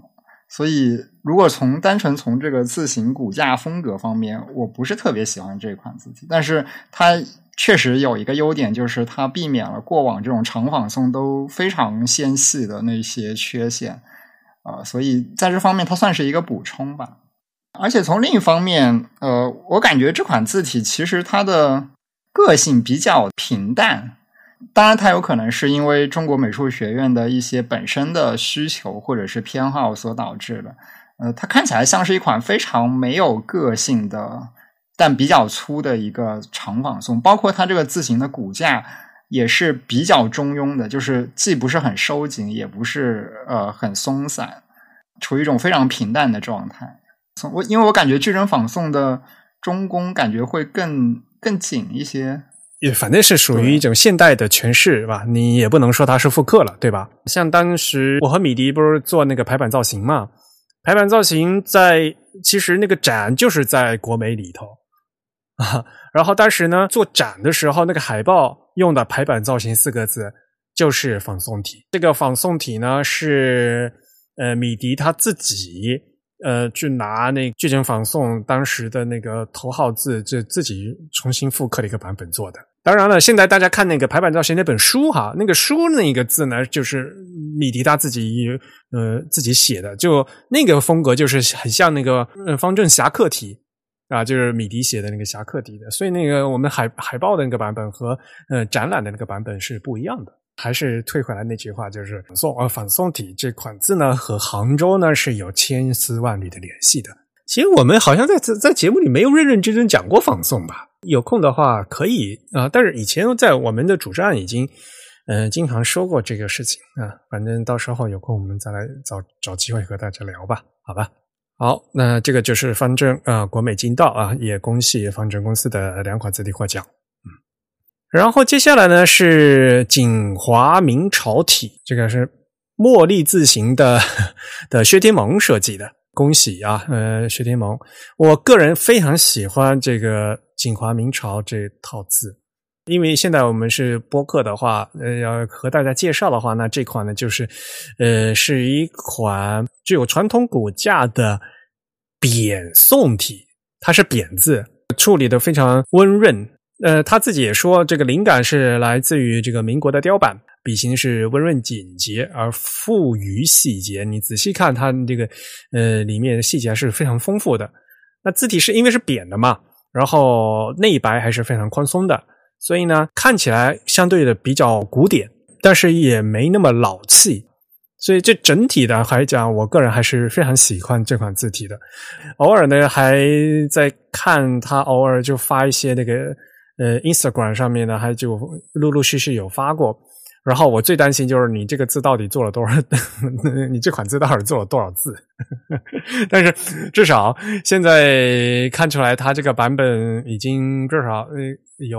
所以如果单纯从这个字形骨架风格方面，我不是特别喜欢这款字体，但是它确实有一个优点，就是它避免了过往这种长仿宋都非常纤细的那些缺陷，所以在这方面它算是一个补充吧。而且从另一方面，我感觉这款字体其实它的个性比较平淡，当然它有可能是因为中国美术学院的一些本身的需求或者是偏好所导致的。它看起来像是一款非常没有个性的但比较粗的一个长仿宋，包括它这个字形的骨架也是比较中庸的，就是既不是很收紧也不是很松散，处于一种非常平淡的状态。因为我感觉巨人仿宋的中宫感觉会更紧一些， 也反正是属于一种现代的诠释吧，你也不能说它是复刻了，对吧？像当时我和米迪不是做那个排版造型嘛，排版造型其实那个展就是在国美里头啊，然后当时呢做展的时候，那个海报用的排版造型4个字就是仿宋体。这个仿宋体呢是米迪他自己去拿那巨人仿宋当时的那个头号字，就自己重新复刻了一个版本做的。当然了，现在大家看那个排版造型那本书哈，那个书那个字呢，就是米迪他自己写的，就那个风格就是很像那个方正侠客体啊，就是米迪写的那个侠客体的，所以那个我们海报的那个版本和展览的那个版本是不一样的。还是退回来那句话，就是仿宋体这款字呢和杭州呢是有千丝万缕的联系的。其实我们好像在节目里没有认真讲过仿宋吧，有空的话可以但是以前在我们的主站已经经常说过这个事情反正到时候有空我们再来找机会和大家聊吧，好吧。好，那这个就是方正国美金道也恭喜方正公司的2款字体获奖。然后接下来呢是锦华明朝体，这个是茉莉字形的薛天蒙设计的，恭喜薛天蒙。我个人非常喜欢这个锦华明朝这套字，因为现在我们是播客的话要和大家介绍的话，那这款呢就是是一款具有传统骨架的扁宋体，它是扁字，处理的非常温润。他自己也说这个灵感是来自于这个民国的雕版，笔形是温润简洁而富于细节，你仔细看它这个里面的细节是非常丰富的。那字体是因为是扁的嘛，然后内白还是非常宽松的，所以呢看起来相对的比较古典，但是也没那么老气，所以这整体的来讲，我个人还是非常喜欢这款字体的。偶尔呢还在看他偶尔就发一些那个Instagram 上面呢还就陆陆续续有发过，然后我最担心就是你这个字到底做了多少你这款字到底做了多少字但是至少现在看出来它这个版本已经至少有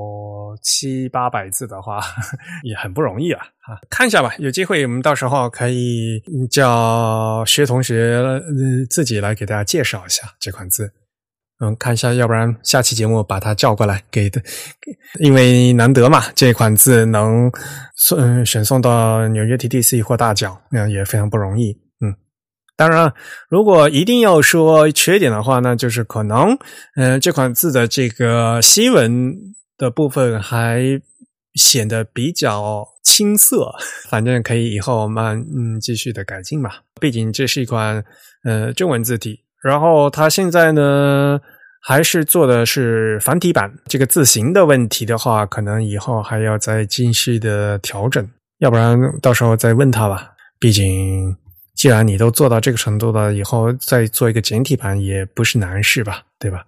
700-800字的话也很不容易看一下吧，有机会我们到时候可以叫薛同学自己来给大家介绍一下这款字。看一下，要不然下期节目把他叫过来因为难得嘛，这款字能选送到纽约 TTC 获大奖，那也非常不容易。当然如果一定要说缺点的话呢，就是可能这款字的这个西文的部分还显得比较青涩，反正可以以后我们继续的改进吧，毕竟这是一款中文字体。然后它现在呢还是做的是繁体版，这个字形的问题的话可能以后还要再继续的调整，要不然到时候再问他吧，毕竟既然你都做到这个程度了，以后再做一个简体版也不是难事吧，对吧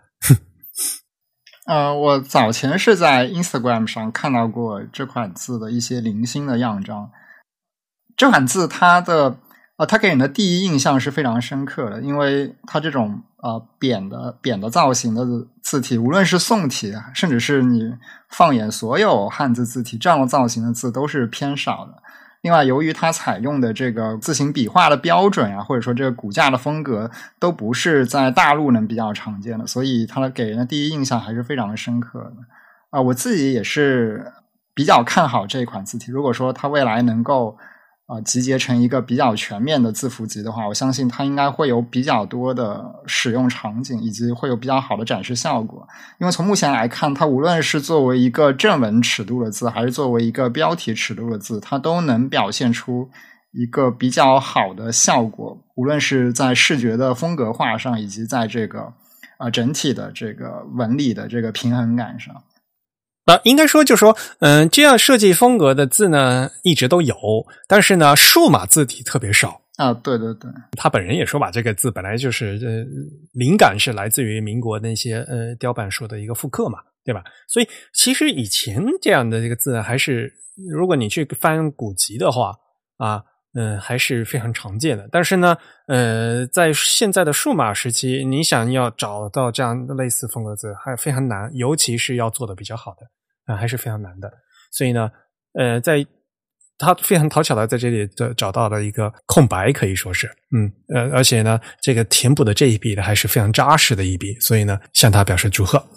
我早前是在 Instagram 上看到过这款字的一些零星的样张，这款字它给人的第一印象是非常深刻的，因为它这种扁的造型的字体，无论是宋体甚至是你放眼所有汉字字体，这样的造型的字都是偏少的。另外由于它采用的这个字形笔画的标准或者说这个骨架的风格都不是在大陆能比较常见的，所以它给人的第一印象还是非常深刻的。我自己也是比较看好这款字体，如果说它未来能够集结成一个比较全面的字符集的话，我相信它应该会有比较多的使用场景，以及会有比较好的展示效果。因为从目前来看，它无论是作为一个正文尺度的字，还是作为一个标题尺度的字，它都能表现出一个比较好的效果，无论是在视觉的风格化上，以及在这个整体的这个纹理的这个平衡感上。 应该说就是说，这样设计风格的字呢一直都有，但是呢数码字体特别少啊。对对对， 他本人也说吧，这个字本来就是灵感是来自于民国那些雕版书的一个复刻嘛，对吧？所以其实以前这样的这个字还是，如果你去翻古籍的话啊，还是非常常见的。但是呢，在现在的数码时期，你想要找到这样类似风格字还非常难，尤其是要做的比较好的。还是非常难的，所以呢，在他非常讨巧的在这里找到了一个空白，可以说是，而且呢，这个填补的这一笔呢还是非常扎实的一笔，所以呢，向他表示祝贺，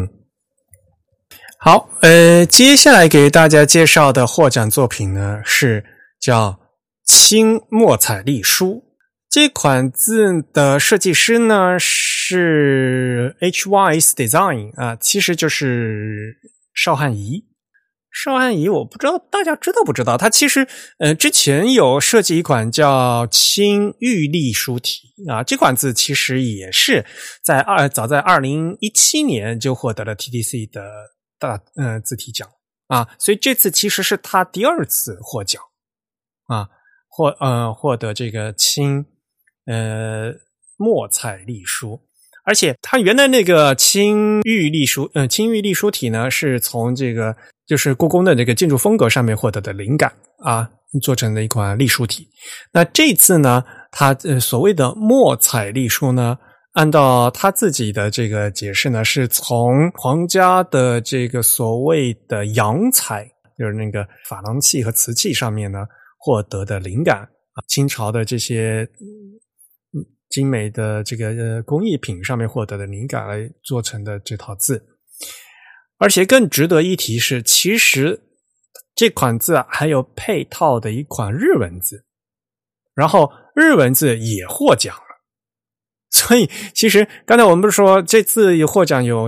好，接下来给大家介绍的获奖作品呢是叫青墨彩隶书，这款字的设计师呢是 HYS Design 啊，其实就是邵汉仪。邵汉仪我不知道大家知道不知道，他其实之前有设计一款叫青玉隶书体啊，这款字其实也是早在2017年就获得了 TDC 的字体奖啊，所以这次其实是他第二次获奖啊，获得这个青墨彩隶书。而且它原来那个青玉隶书体呢，是从这个就是故宫的这个建筑风格上面获得的灵感啊，做成的一款隶书体。那这次呢，它所谓的墨彩隶书呢，按照他自己的这个解释呢，是从皇家的这个所谓的洋彩，就是那个珐琅器和瓷器上面呢获得的灵感啊，清朝的这些精美的这个工艺品上面获得的灵感来做成的这套字。而且更值得一提是，其实这款字还有配套的一款日文字，然后日文字也获奖了。所以其实刚才我们不是说这次获奖有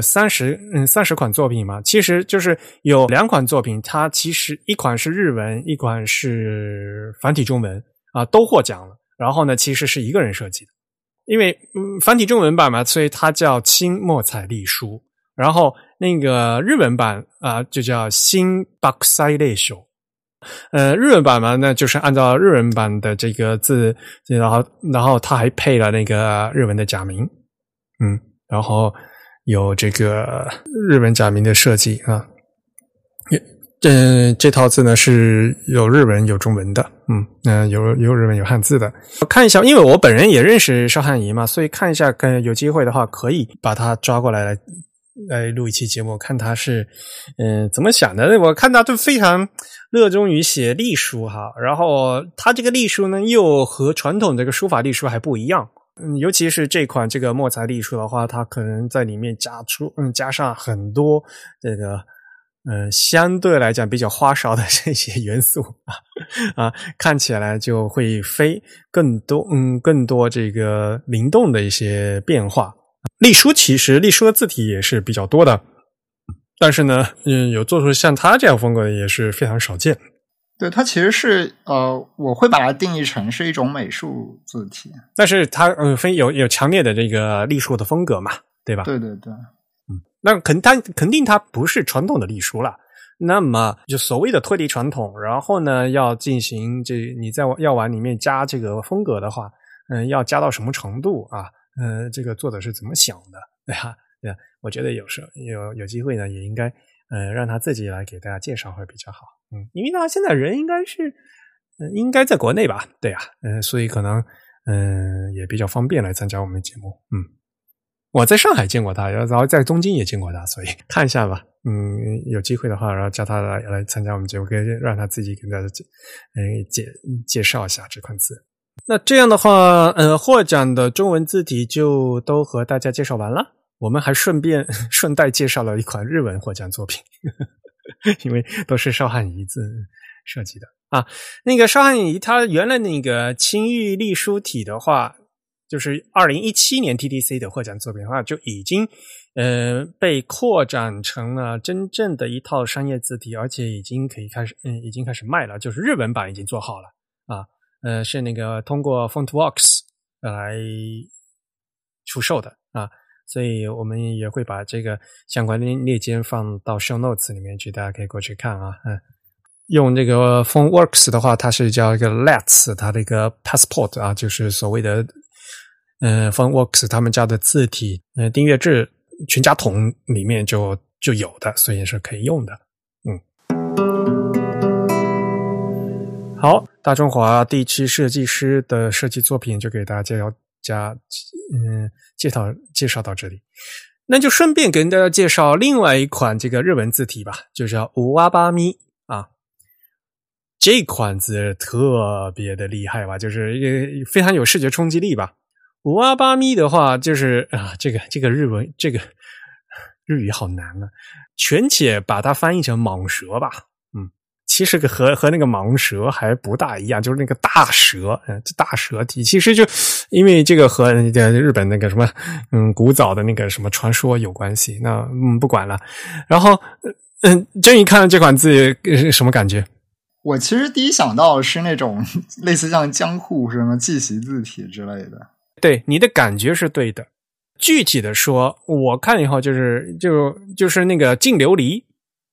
30款作品吗？其实就是有2款作品，它其实一款是日文，一款是繁体中文啊，都获奖了。然后呢，其实是一个人设计的。因为繁体中文版嘛，所以它叫青墨彩隶书，然后那个日文版就叫新白彩隶书。日文版嘛，那就是按照日文版的这个字，然后它还配了那个日文的假名，然后有这个日文假名的设计啊。这套字呢是有日文有中文的，有日文有汉字的。我看一下，因为我本人也认识邵汉仪嘛，所以看一下，有机会的话可以把他抓过来录一期节目，看他是怎么想的。我看他就非常热衷于写隶书哈，然后他这个隶书呢又和传统这个书法隶书还不一样。尤其是这款这个墨彩隶书的话，它可能在里面加上很多这个相对来讲比较花哨的这些元素看起来就会更多这个灵动的一些变化。隶书其实隶书的字体也是比较多的，但是呢，有做出像它这样风格的也是非常少见。 对，它其实是我会把它定义成是一种美术字体， 但是它有强烈的这个隶书的风格嘛，对吧？ 对对对。 那肯定它不是传统的隶书了。那么就所谓的脱离传统，然后呢要进行你在要往里面加这个风格的话，要加到什么程度啊？这个作者是怎么想的？对吧？我觉得有机会呢，也应该让他自己来给大家介绍会比较好。因为他现在人应该在国内吧？对啊，所以可能也比较方便来参加我们的节目。我在上海见过他，然后在东京也见过他，所以看一下吧。有机会的话，然后叫他来参加我们节目，可以让他自己给大家介绍一下这款字。那这样的话，获奖的中文字体就都和大家介绍完了。我们还顺带介绍了一款日文获奖作品。 因为都是少汉仪字设计的啊。那个少汉仪它原来那个青玉隶书体的话，就是2017年 TDC 的获奖作品的话，就已经被扩展成了真正的一套商业字体，而且已经开始卖了，就是日本版已经做好了啊。是那个通过 FontWorks 来出售的啊，所以我们也会把这个相关的链接放到 show notes 里面去，大家可以过去看啊。用这个 FontWorks 的话，它是叫一个 Let's 它的一个 passport 啊，就是所谓的FontWorks 他们家的字体订阅制全家桶里面就有的，所以是可以用的。好，大中华地区设计师的设计作品就给大家介绍到这里。那就顺便跟大家介绍另外一款这个日文字体吧，就叫五哇八咪啊。这款字特别的厉害吧，就是非常有视觉冲击力吧。五哇八咪的话，就是这个日文这个日语好难啊，全且把它翻译成蟒蛇吧。其实和那个蟒蛇还不大一样，就是那个大蛇，大蛇体，其实就因为这个和日本那个什么古早的那个什么传说有关系。那不管了。然后真一看这款字什么感觉？ 我其实第一想到是那种类似像江户什么记习字体之类的。 对，你的感觉是对的。具体的说，我看以后就是那个净琉璃。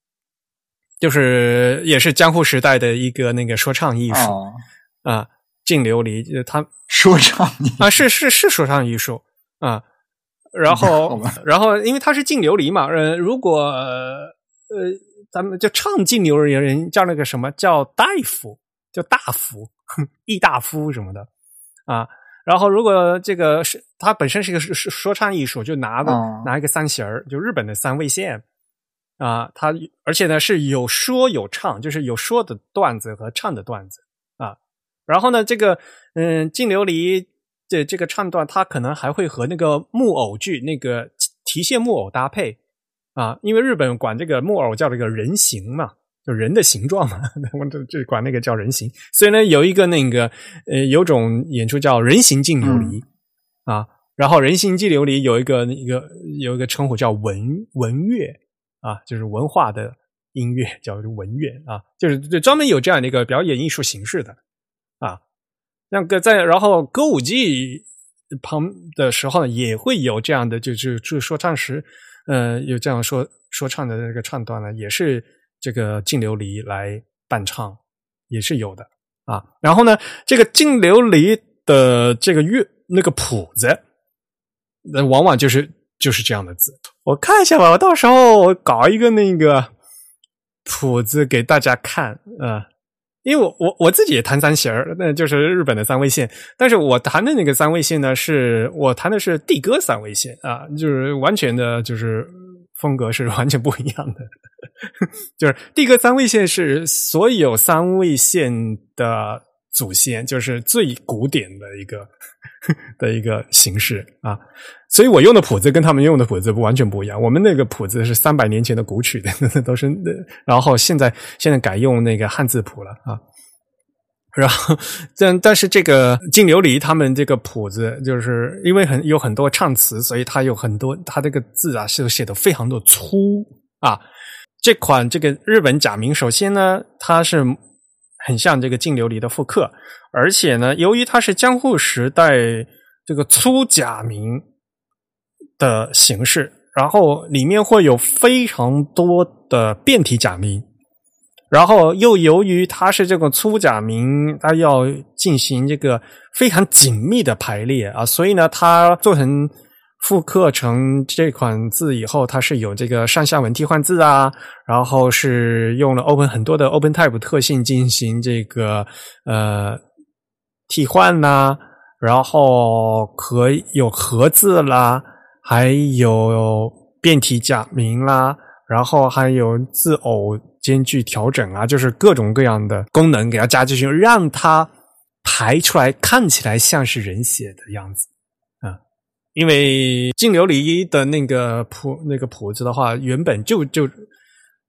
就是也是江户时代的一个那个说唱艺术啊，净琉璃，他说唱艺术是说唱艺术啊。然后因为他是净琉璃嘛，如果咱们就唱净琉璃的人叫那个什么叫大夫，叫大夫，易大夫什么的啊。然后如果这个是他本身是一个说唱艺术，就拿一个三弦儿，就日本的三味线。它而且呢是有说有唱，就是有说的段子和唱的段子啊。然后呢，这个净琉璃的这个唱段，它可能还会和那个木偶剧那个提线木偶搭配啊，因为日本管这个木偶叫这个人形嘛，就人的形状嘛，我就管那个叫人形。所以呢，有一个那个有种演出叫人形净琉璃啊，然后人形净琉璃有一个称呼叫文乐。就是文化的音乐叫文乐啊，就是专门有这样的一个表演艺术形式的啊。那个然后歌舞伎旁的时候呢，也会有这样的，就是说唱时，有这样说唱的那个唱段呢，也是这个净琉璃来伴唱，也是有的啊。然后呢，这个净琉璃的这个那个谱子，那往往就是这样的字。我看一下吧，我到时候搞一个那个谱子给大家看因为我自己也弹三弦儿，那就是日本的三味线，但是我弹的那个三味线呢，我弹的是地歌三味线啊，就是完全的就是风格是完全不一样的。就是地歌三味线是所有三味线的祖先，就是最古典的一个形式啊，所以我用的谱子跟他们用的谱子完全不一样。我们那个谱子是300年前的古曲的，都是，然后现在改用那个汉字谱了啊。然后但是这个净琉璃他们这个谱子，就是因为有很多唱词，所以它有很多，它这个字啊是写的非常的粗啊。这款这个日本假名，首先呢，它是很像这个净琉璃的复刻，而且呢，由于它是江户时代这个粗假名的形式，然后里面会有非常多的变体假名，然后又由于它是这个粗假名，它要进行这个非常紧密的排列啊，所以呢，它做成复刻成这款字以后，它是有这个上下文替换字啊，然后是用了很多的 OpenType 特性进行这个替换啦，然后有合字啦，还有变体假名啦，然后还有字偶间距调整啊，就是各种各样的功能给它加进去，让它排出来看起来像是人写的样子。因为净琉璃的那个谱子的话，原本就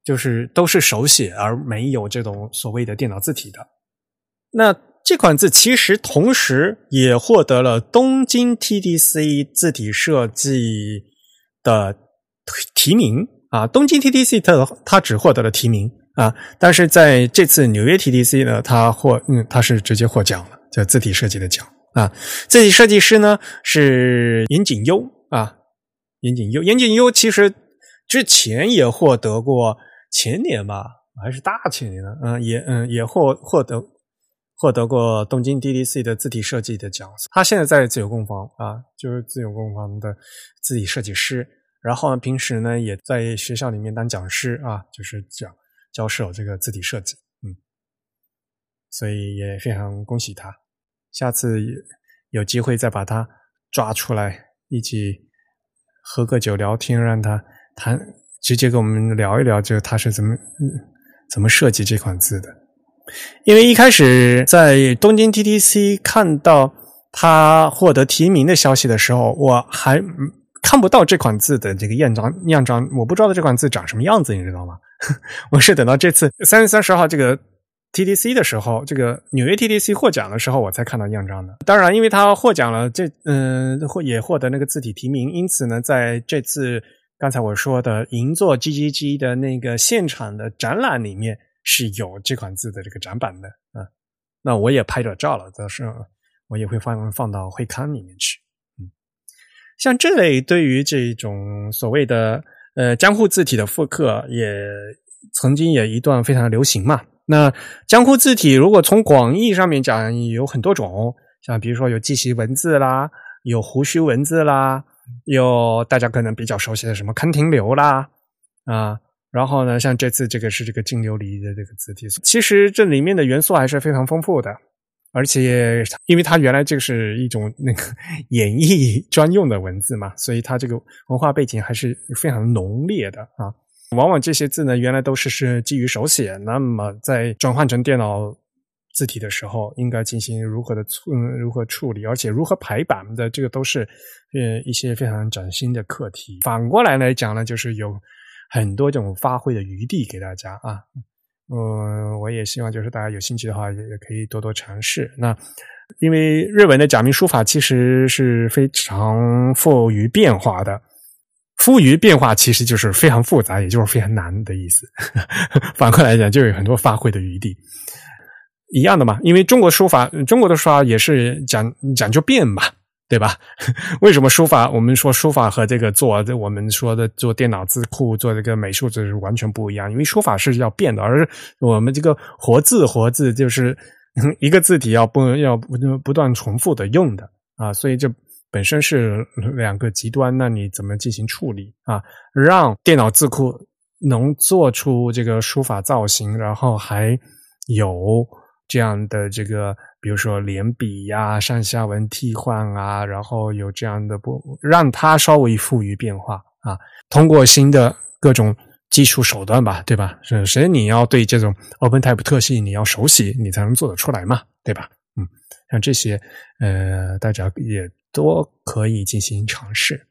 就是都是手写而没有这种所谓的电脑字体的。那这款字其实同时也获得了东京 TDC 字体设计的提名啊，东京 TDC 它只获得了提名啊，但是在这次纽约 TDC 呢，它是直接获奖了，叫字体设计的奖啊。字体设计师呢是岩井优啊，岩井优其实之前也获得过，前年吧还是大前年呢，也获得过东京 TDC 的字体设计的奖。他现在在自由工坊啊，就是自由工坊的字体设计师。然后呢，平时呢也在学校里面当讲师啊，就是教授这个字体设计。所以也非常恭喜他。下次有机会再把他抓出来，一起喝个酒聊天，让他直接跟我们聊一聊，就他是怎么设计这款字的。因为一开始在东京 TDC 看到他获得提名的消息的时候，我还看不到这款字的这个样章，我不知道这款字长什么样子，你知道吗？我是等到这次3月30号这个 TDC 的时候，这个纽约 TDC 获奖的时候，我才看到样章的。当然，因为他获奖了，也获得那个字体提名，因此呢，在这次刚才我说的银座 GGG 的那个现场的展览里面是有这款字的这个展板的啊。那我也拍了照了，到时候我也会放到会刊里面去。像这类对于这种所谓的江户字体的复刻，也曾经也一段非常流行嘛。那江户字体如果从广义上面讲，有很多种，像比如说有记习文字啦，有胡须文字啦，有大家可能比较熟悉的什么勘亭流啦啊，然后呢，像这次这个是这个金琉璃的这个字体，其实这里面的元素还是非常丰富的。而且因为它原来这个是一种那个演艺专用的文字嘛，所以它这个文化背景还是非常浓烈的啊。往往这些字呢原来都是基于手写，那么在转换成电脑字体的时候应该进行如何处理，而且如何排版的，这个都是一些非常崭新的课题。反过来讲呢，就是有很多这种发挥的余地给大家啊。我也希望就是大家有兴趣的话也可以多多尝试。那因为日文的假名书法其实是非常富于变化的，富于变化其实就是非常复杂，也就是非常难的意思。反过来讲就有很多发挥的余地。一样的嘛，因为中国的书法也是讲究变嘛，对吧？为什么我们说书法和这个我们说的做电脑字库做这个美术字是完全不一样，因为书法是要变的，而我们这个活字就是一个字体要不断重复的用的啊，所以这本身是两个极端，那你怎么进行处理啊？让电脑字库能做出这个书法造型，然后还有这样的这个比如说连笔呀、上下文替换啊，然后有这样的让它稍微富于变化啊，通过新的各种技术手段吧，对吧？首先你要对这种 OpenType 特性你要熟悉，你才能做得出来嘛，对吧？像这些大家也都可以进行尝试。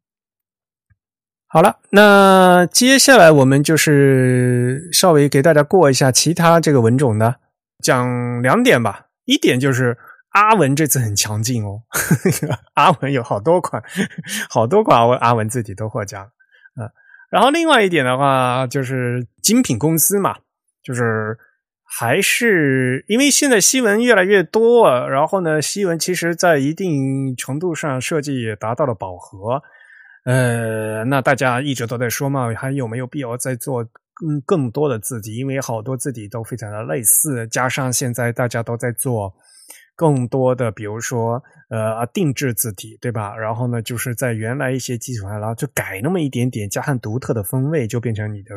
好了，那接下来我们就是稍微给大家过一下其他这个文种的，讲两点吧。一点就是阿文这次很强劲哦，阿文有好多款阿文字体都获奖。然后另外一点的话就是精品公司嘛，就是还是因为现在西文越来越多，然后呢西文其实在一定程度上设计也达到了饱和。那大家一直都在说嘛，还有没有必要再做更多的字体，因为好多字体都非常的类似，加上现在大家都在做更多的比如说定制字体，对吧？然后呢就是在原来一些基础上然后就改那么一点点，加上独特的风味，就变成你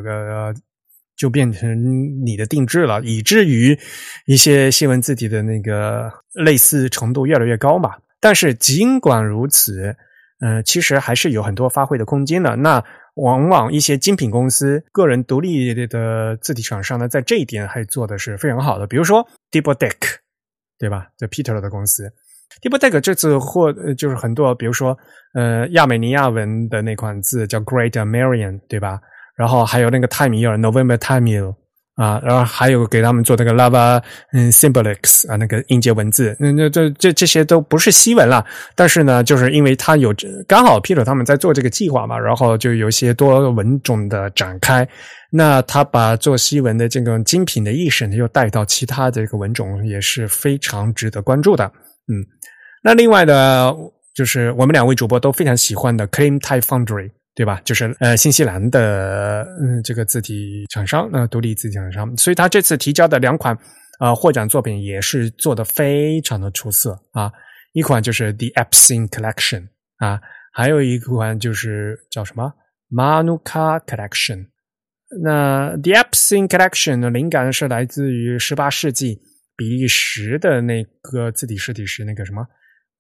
的定制了，以至于一些西文字体的那个类似程度越来越高嘛。但是尽管如此其实还是有很多发挥的空间的。那往往一些精品公司个人独立的字体厂商呢，在这一点还做的是非常好的。比如说 Diplodeck， 对吧？这 Peter 的公司 Diplodeck 这次就是很多比如说亚美尼亚文的那款字叫 Great Armenian， 对吧？ 然后还有那个泰米尔 November Tamil 啊，然后还有给他们做那个 Lava Symbolics 啊，那个音节文字，这些都不是西文啦，但是呢，就是因为他有刚好 Peter 他们在做这个计划嘛，然后就有一些多文种的展开，那他把做西文的这个精品的意识又带到其他这个文种，也是非常值得关注的。那另外的就是我们两位主播都非常喜欢的 Claim Type Foundry。对吧？就是新西兰的这个字体厂商，独立字体厂商，所以他这次提交的两款获奖作品也是做得非常的出色啊。一款就是 The Epson Collection 啊，还有一款就是叫什么 Manuka Collection。那 The Epson Collection 的灵感是来自于18世纪比利时的那个字体设计师那个什么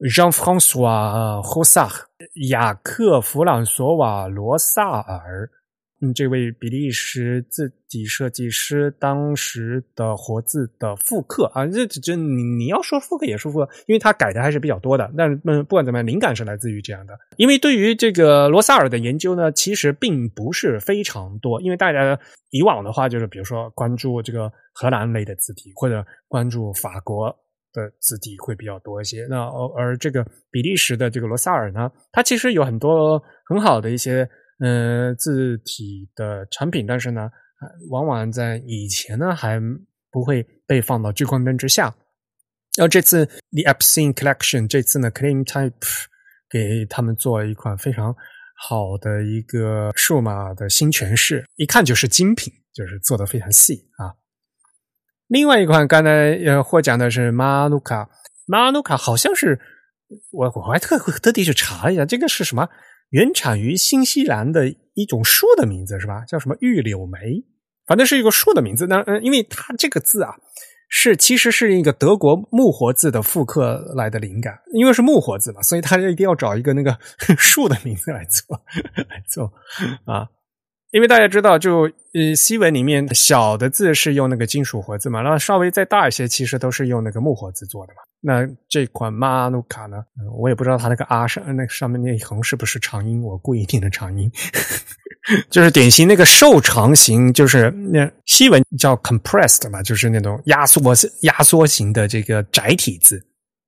Jean-François Ronsard 雅克·弗朗索瓦·罗萨尔，这位比利时字体设计师当时的活字的复刻啊，这你要说复刻也是复刻，因为他改的还是比较多的，但是不管怎么样，灵感是来自于这样的。因为对于这个罗萨尔的研究呢，其实并不是非常多，因为大家以往的话就是比如说关注这个荷兰类的字体，或者关注法国的字体会比较多一些。那而这个比利时的这个罗萨尔呢，它其实有很多很好的一些字体的产品，但是呢往往在以前呢还不会被放到聚光灯之下。然后这次 The Epson Collection 这次呢 Claim Type 给他们做一款非常好的一个数码的新诠释，一看就是精品，就是做得非常细啊。另外一款刚才获奖的是 Manuka 好像是我还特地去查了一下，这个是什么原产于新西兰的一种树的名字是吧？叫什么玉柳梅，反正是一个树的名字。那因为它这个字啊其实是一个德国木活字的复刻来的灵感，因为是木活字嘛，所以它一定要找一个那个树的名字来做啊。因为大家知道就西文里面小的字是用那个金属活字嘛，然后稍微再大一些其实都是用那个木活字做的嘛。那这款 Manuka 呢，我也不知道它那个 R 上面那一横是不是长音，我故意念的长音就是典型那个瘦长型，就是那西文叫 compressed 嘛，就是那种压缩型的这个窄体字。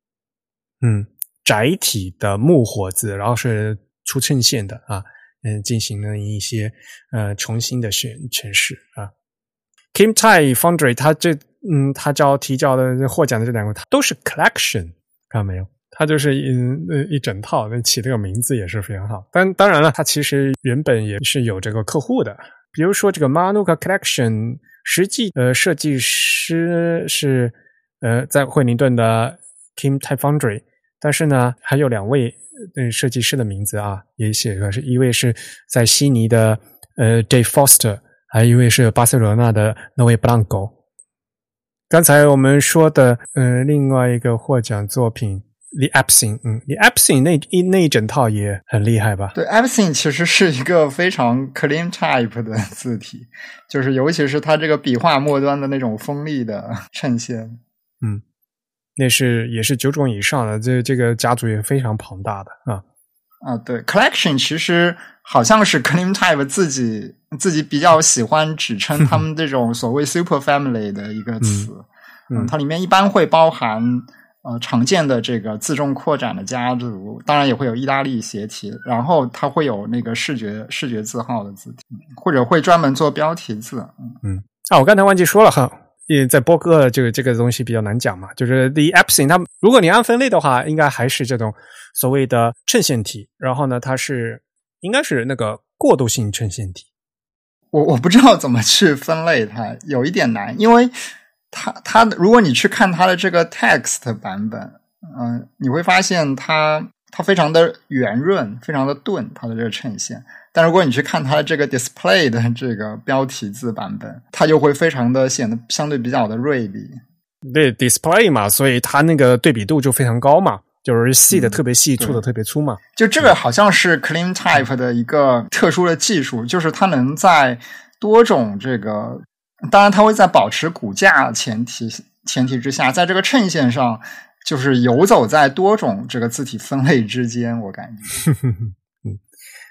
窄体的木活字，然后是出衬线的啊。进行了一些重新的诠释啊。Claim Type Foundry 他提交的获奖的这两个，它都是 collection， 看到没有？它就是一整套，起这个名字也是非常好。当然了，它其实原本也是有这个客户的，比如说这个 Manuka Collection， 实际设计师是在惠灵顿的 Claim Type Foundry， 但是呢还有两位设计师的名字啊，也写了，一位是在悉尼的Dave Foster， 还有一位是巴塞罗那的Noé Blanco。刚才我们说的另外一个获奖作品 The Epson，The Epson 那一整套也很厉害吧？ 对 ，Epson 其实是一个非常 Claim Type 的字体，就是尤其是它这个笔画末端的那种锋利的衬线。 那也是9种以上的，这个家族也非常庞大的啊。 对 ，Collection 其实好像是 Claim Type 自己比较喜欢指称他们这种所谓 Super Family 的一个词。它里面一般会包含常见的这个字重扩展的家族，当然也会有意大利斜体，然后它会有那个视觉字号的字体，或者会专门做标题字。 我刚才忘记说了哈。在播客这个东西比较难讲嘛，就是 The Epson 它如果你按分类的话，应该还是这种所谓的衬线体，然后呢它应该是那个过渡性衬线体。 我不知道怎么去分类它，有一点难，因为它如果你去看它的这个 text 版本，你会发现它非常的圆润，非常的钝，它的这个衬线。但如果你去看它的这个 display 的这个标题字版本，它就会非常的显得相对比较的锐利。 对 display 嘛，所以它那个对比度就非常高嘛，就是细的特别细，粗的特别粗嘛。 就这个好像是 Claim Type 的一个特殊的技术，就是它能在多种这个，当然它会在保持骨架前提之下，在这个衬线上就是游走在多种这个字体分类之间，我感觉。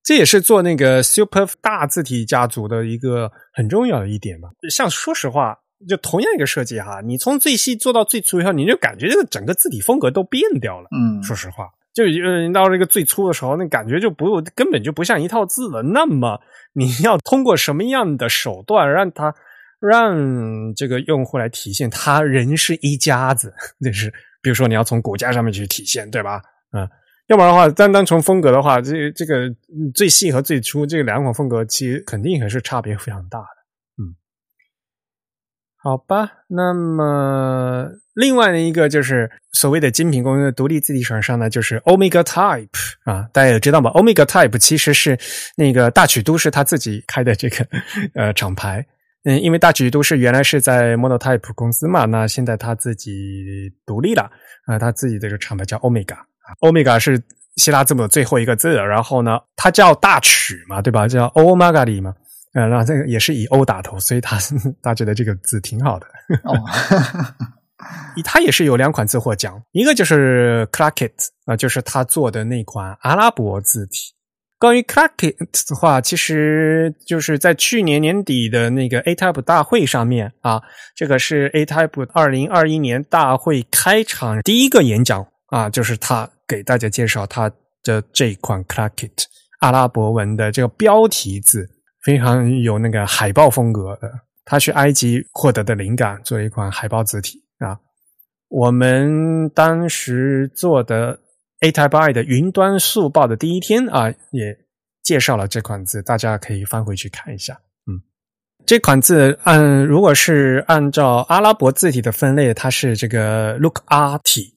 这也是做那个 Super 大字体家族的一个很重要的一点吧。像说实话，就同样一个设计哈，你从最细做到最粗以后，你就感觉这个整个字体风格都变掉了。说实话，就到这个最粗的时候，那感觉就根本就不像一套字了。那么你要通过什么样的手段让这个用户来体现他人是一家子，就是比如说你要从骨架上面去体现，对吧？要不然的话，单从风格的话，这个最细和最粗这两种风格其实肯定还是差别非常大的。好吧，那么另外的一个就是所谓的精品公司的独立字体厂商呢，就是 Omega Type 啊，大家也知道吧 ，Omega Type 其实是那个大曲都是他自己开的这个厂牌。因为大曲都是原来是在 Monotype 公司嘛，那现在他自己独立了他自己的这个厂牌叫 Omega 是希腊字母的最后一个字，然后呢它叫大曲嘛，对吧，叫 Omega 嘛，那这个也是以 O 打头，所以他觉得这个字挺好的他也是有2款字获奖，一个就是 Crackit 就是他做的那款阿拉伯字体。关于 Crackit 的话，其实就是在去年年底的那个 A-Type 大会上面这个是 A-Type 2021年大会开场第一个演讲就是他给大家介绍他的这款 Crackit 阿拉伯文的这个标题字，非常有那个海报风格的，他去埃及获得的灵感做了一款海报字体我们当时做的A-Type I 的云端速报的第一天也介绍了这款字，大家可以翻回去看一下。这款字如果是按照阿拉伯字体的分类，它是这个 Lukati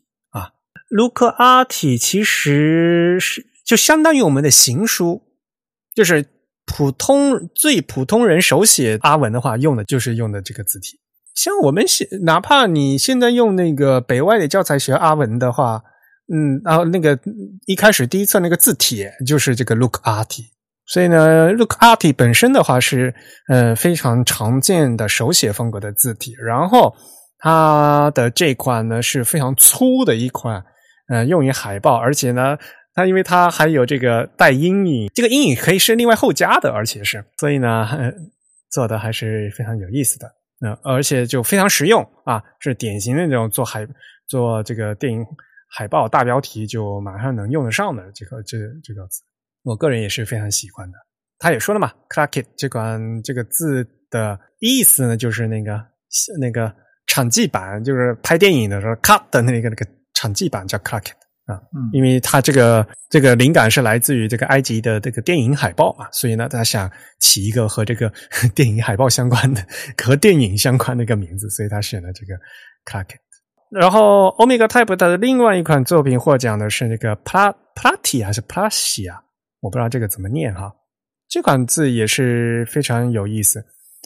Lukati 其实是就相当于我们的行书，就是最普通人手写阿文的话用的这个字体。像我们哪怕你现在用那个北外的教材学阿文的话然后那个一开始第一册那个字体就是这个 Lukati， 所以呢 Lukati 本身的话是非常常见的手写风格的字体，然后它的这款呢是非常粗的一款用于海报，而且呢它因为它还有这个带阴影，这个阴影可以是另外后加的，而且是所以呢做的还是非常有意思的而且就非常实用是典型的那种做这个电影海报大标题就马上能用得上的这个字，我个人也是非常喜欢的。他也说了嘛 Crackit 这个字的意思呢，就是那个场记版，就是拍电影的时候 cut 的那个场记版叫 Crackit因为他这个灵感是来自于这个埃及的这个电影海报所以呢他想起一个和这个电影海报相关的和电影相关的一个名字，所以他选了这个 Crackit。然后 Omega Type 的另外一款作品获奖的是那个 Plati 还是 Plasia， 我不知道这个怎么念这款字也是非常有意思。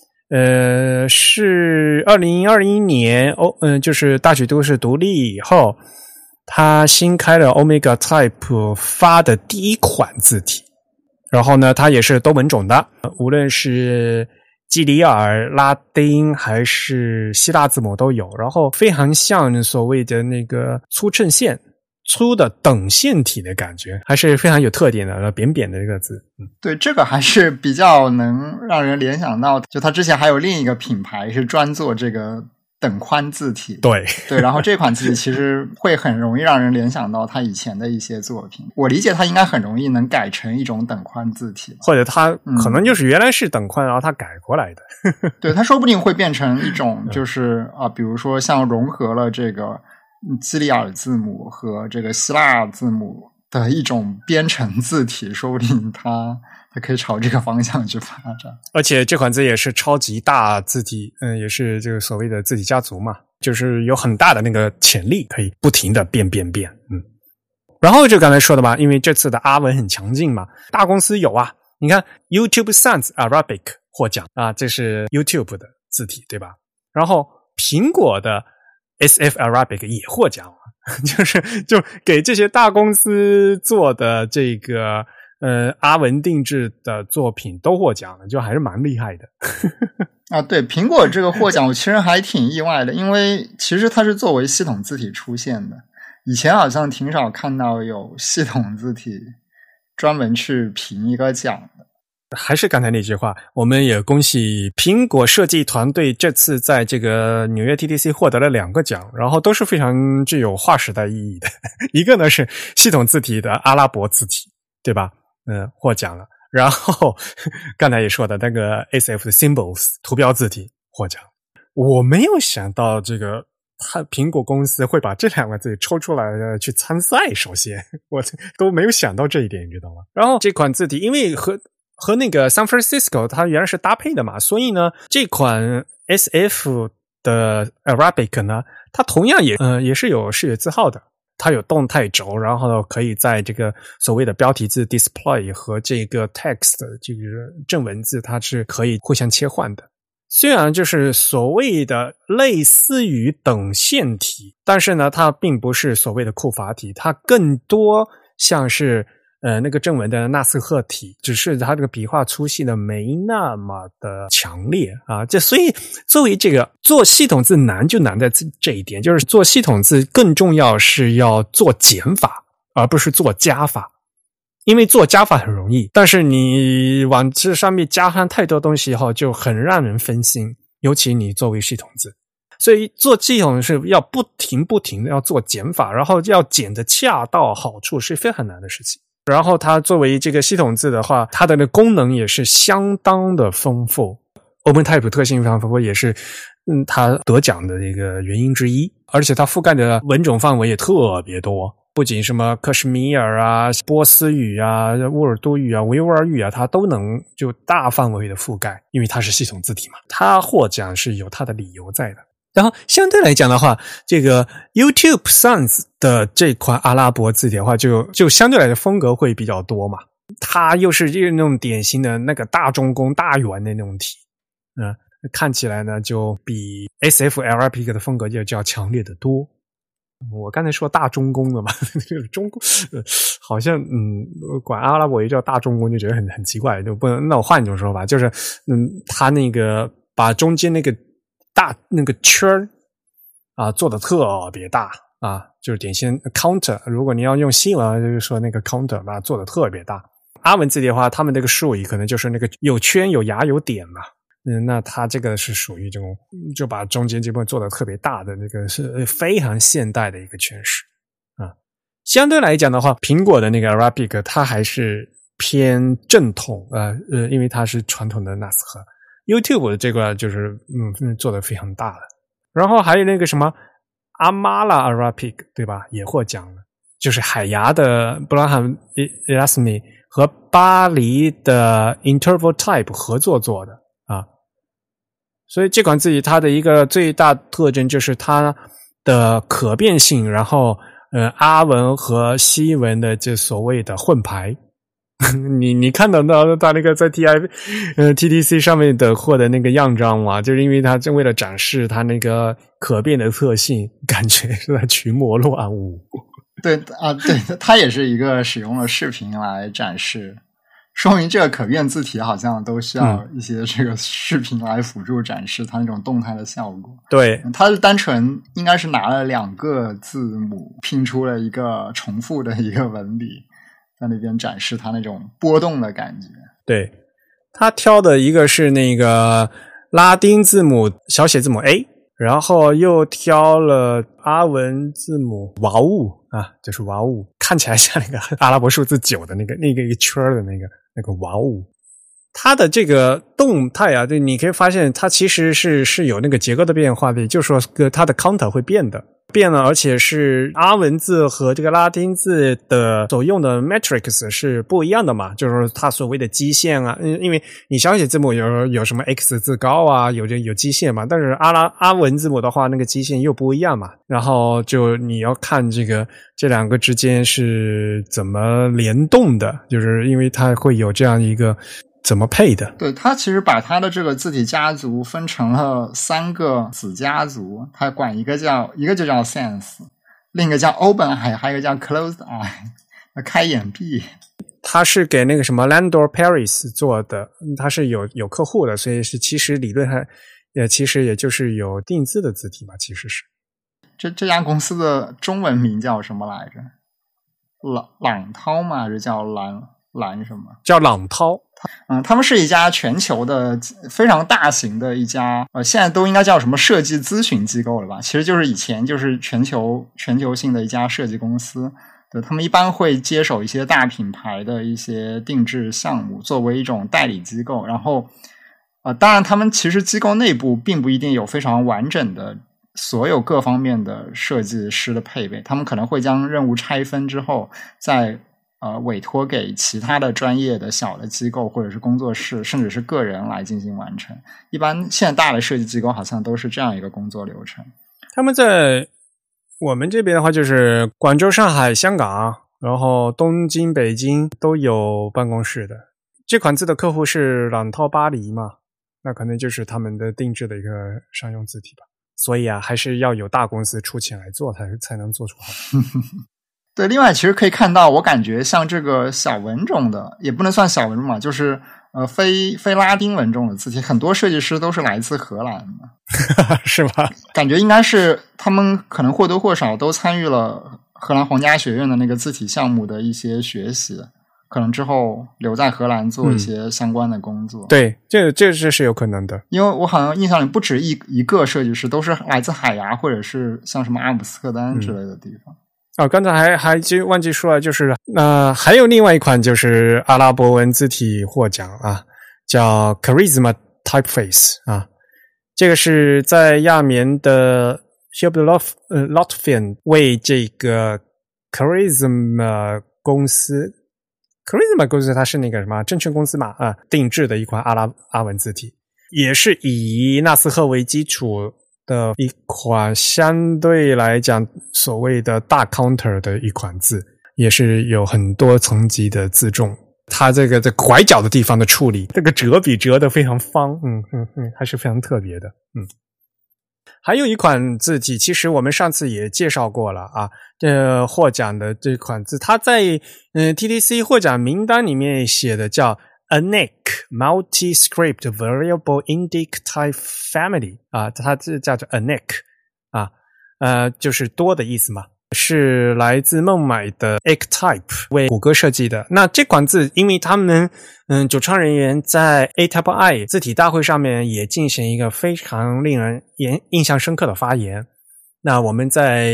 是2021年就是大曲都市独立以后，他新开了 Omega Type 发的第一款字体，然后呢它也是多文种的，无论是基里尔、拉丁还是希腊字母都有，然后非常像所谓的那个粗衬线、粗的等线体的感觉，还是非常有特点的，扁扁的这个字。 对，这个还是比较能让人联想到，就他之前还有另一个品牌是专做这个等宽字体。 对， 然后这款字体其实会很容易让人联想到他以前的一些作品。我理解他应该很容易能改成一种等宽字体， 或者他可能就是原来是等宽，然后他改过来的。 对，他说不定会变成一种就是比如说像融合了这个基里尔字母和这个希腊字母的一种编程字体，说不定它可以朝这个方向去发展。 而且这款字也是超级大字体，也是这个所谓的字体家族嘛，就是有很大的那个潜力，可以不停的变。然后就刚才说的嘛，因为这次的阿文很强劲嘛，大公司有你看 YouTube Sans Arabic 获奖这是 YouTube 的字体对吧？然后苹果的 SF Arabic 也获奖就给这些大公司做的这个阿文定制的作品都获奖了，就还是蛮厉害的对，苹果这个获奖我其实还挺意外的，因为其实它是作为系统字体出现的，以前好像挺少看到有系统字体专门去评一个奖的。 还是刚才那句话，我们也恭喜苹果设计团队这次在这个纽约 TDC 获得了2个奖，然后都是非常具有划时代意义的。一个呢是系统字体的阿拉伯字体，对吧？获奖了。然后刚才也说的那个 SF 的 Symbols 图标字体获奖。我没有想到这个苹果公司会把这2个字抽出来去参赛，首先我都没有想到这一点，你知道吗？然后这款字体因为和那个 San Francisco 它原来是搭配的嘛，所以呢这款 SF 的 Arabic 呢它同样也是有视觉字号的，它有动态轴，然后可以在这个所谓的标题字 display 和这个 text 这个正文字它是可以互相切换的。虽然就是所谓的类似于等线体，但是呢它并不是所谓的库法体，它更多像是那个正文的纳斯赫体，只是它这个笔画粗细呢没那么的强烈啊。所以作为这个做系统字难就难在这一点，就是做系统字更重要是要做减法，而不是做加法。因为做加法很容易，但是你往这上面加上太多东西以后就很让人分心，尤其你作为系统字。所以做系统是要不停的要做减法，然后要减的恰到好处，是非常难的事情。然后它作为这个系统字的话，它的功能也是相当的丰富， OpenType 特性非常丰富，也是它得奖的一个原因之一。而且它覆盖的文种范围也特别多，不仅什么克什米尔啊、波斯语啊、乌尔都语啊、维吾尔语啊，它都能就大范围的覆盖，因为它是系统字体嘛。它获奖是有它的理由在的。然后相对来讲的话，这个 YouTube Sans 的这款阿拉伯字体的话就相对来的风格会比较多嘛。它又是那种典型的那个大中宫大圆的那种体，看起来呢就比 SF Arabic 的风格就要强烈的多。我刚才说大中宫了嘛，中宫好像管阿拉伯也叫大中宫就觉得很奇怪，就不能。那我换一种说法，就是它那个把中间那个大那个圈啊做的特别大啊，就是典型 counter。如果你要用西文就是说那个 counter 把它做的特别大。阿文字体的话，他们那个术语可能就是那个有圈有牙有点嘛。那它这个是属于这种就把中间这部分做的特别大的，那个是非常现代的一个诠释啊。相对来讲的话，苹果的那个 Arabic 它还是偏正统因为它是传统的纳斯赫。YouTube 的这个就是做的非常大的。然后还有那个什么阿玛拉 Arabic 对吧，也获奖了，就是海牙的布拉罕 Erasmi 和巴黎的 Interval Type 合作做的啊。所以这款字体它的一个最大特征就是它的可变性，然后阿文和西文的这所谓的混排。你看到它那个在 TDC 上面的获得那个样章嘛，就是因为它为了展示它那个可变的特性，感觉是在群魔乱舞。 对啊，对，它也是一个使用了视频来展示，说明这个可变字体好像都需要一些这个视频来辅助展示它那种动态的效果。 对， 它是单纯应该是拿了2个字母拼出了一个重复的一个纹理，在那边展示它那种波动的感觉。 对，他挑的一个是那个拉丁字母小写字母 A， 然后又挑了阿文字母哇呜啊，就是哇呜，看起来像那个阿拉伯数字9的那个一个圈的那个哇呜。它的这个动态啊，对，你可以发现它其实是有那个结构的变化的，就是说它的 counter 会变了，而且是阿文字和这个拉丁字的所用的 matrix 是不一样的嘛，就是说它所谓的基线啊，因为你小写字母有什么 X 字高啊，有基线嘛，但是阿文字母的话，那个基线又不一样嘛，然后就你要看这2个之间是怎么联动的，就是因为它会有这样一个怎么配的。 对，它其实把它的这个字体家族分成了3个子家族，它管一个就叫 Sans， 另一个叫 Open Eye， 还有一个叫 Closed Eye， 开眼闭。它是给那个什么 Landor Paris 做的，它是有客户的，所以是其实理论上其实也就是有定制的字体嘛，其实是。这家公司的中文名叫什么来着？朗涛吗？还是叫蓝什么叫朗涛。 他们是一家全球的非常大型的一家现在都应该叫什么设计咨询机构了吧，其实就是以前就是全球性的一家设计公司。对，他们一般会接手一些大品牌的一些定制项目，作为一种代理机构。然后当然他们其实机构内部并不一定有非常完整的所有各方面的设计师的配备，他们可能会将任务拆分之后再委托给其他的专业的小的机构或者是工作室甚至是个人来进行完成。一般现在大的设计机构好像都是这样一个工作流程。 他们在我们这边的话就是广州、上海、香港，然后东京、北京都有办公室的。这款字的客户是朗涛巴黎嘛，那可能就是他们的定制的一个商用字体吧。所以还是要有大公司出钱来做才能做出好。 对，另外其实可以看到，我感觉像这个小文种的，也不能算小文种嘛，就是非拉丁文种的字体，很多设计师都是来自荷兰的。 是吧？ 感觉应该是他们可能或多或少都参与了荷兰皇家学院的那个字体项目的一些学习，可能之后留在荷兰做一些相关的工作。 对，这是有可能的。 因为我好像印象里不止一个设计师都是来自海牙或者是像什么阿姆斯特丹之类的地方。 刚才还忘记说了，就是还有另外一款就是阿拉伯文字体获奖啊，叫 Charisma Typeface 啊，这个是在亚眠的 Hubert Lotfian 为这个 Charisma 公司它是那个什么证券公司嘛定制的一款阿文字体，也是以纳斯赫为基础的一款相对来讲所谓的大 counter 的一款字，也是有很多层级的字重，它这个在拐角的地方的处理，这个折笔折得非常方，还是非常特别的。还有一款字体，其实我们上次也介绍过了啊，获奖的这款字，它在TDC 获奖名单里面写的叫ANIC Multi-Script Variable Indic Type Family 啊，它这叫做 ANIC 啊，就是多的意思嘛，是来自孟买的 Archetype 为谷歌设计的。那这款字因为他们主创人员在 AII 字体大会上面也进行一个非常令人印象深刻的发言，那我们在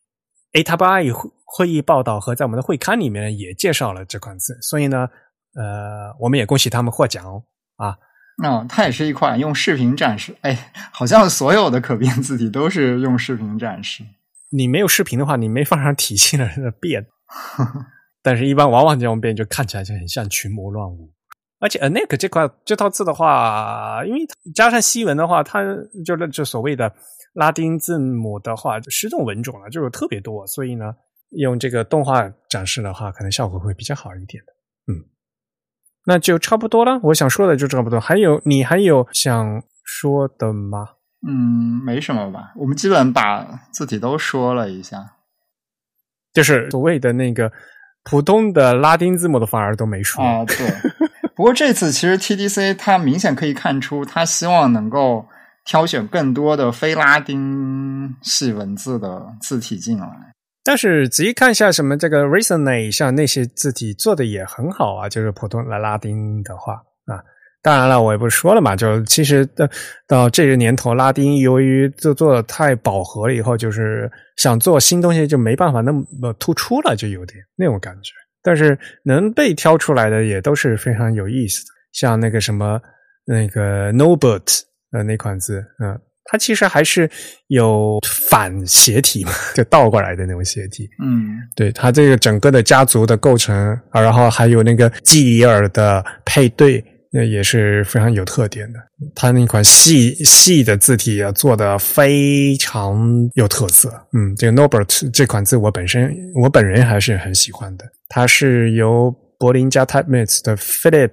AII 会议报道和在我们的会刊里面也介绍了这款字，所以呢我们也恭喜他们获奖啊。 它也是一款用视频展示，好像所有的可变字体都是用视频展示。 你没有视频的话，你没法让体系的变。但是一般往往这种变就看起来就很像群魔乱舞。而且 ANIC 这套字的话，因为加上西文的话，它就所谓的拉丁字母的话，10种文种了，就是特别多，所以呢，用这个动画展示的话，可能效果会比较好一点的。那就差不多了，我想说的就差不多。你还有想说的吗？ 没什么吧，我们基本把字体都说了一下， 就是所谓的那个普通的拉丁字母的反而都没说啊。对，不过这次其实 TDC 它明显可以看出，它希望能够挑选更多的非拉丁系文字的字体进来。 但是仔细看一下什么这个 Resonate 像那些字体做的也很好啊，就是普通的拉丁的话啊。当然了，我也不是说了嘛，就其实到这个年头，拉丁由于做的太饱和了以后，就是想做新东西就没办法那么突出了，就有点那种感觉。但是能被挑出来的也都是非常有意思的，像那个什么那个 Nobert 那款字，它其实还是有反斜体嘛，就倒过来的那种斜体。对，它这个整个的家族的构成然后还有那个基里尔的配对，也是非常有特点的。它那款细的字体做得非常有特色。这个 Nobert 这款字我本人还是很喜欢的。它是由柏林家 Typemates 的 Philipp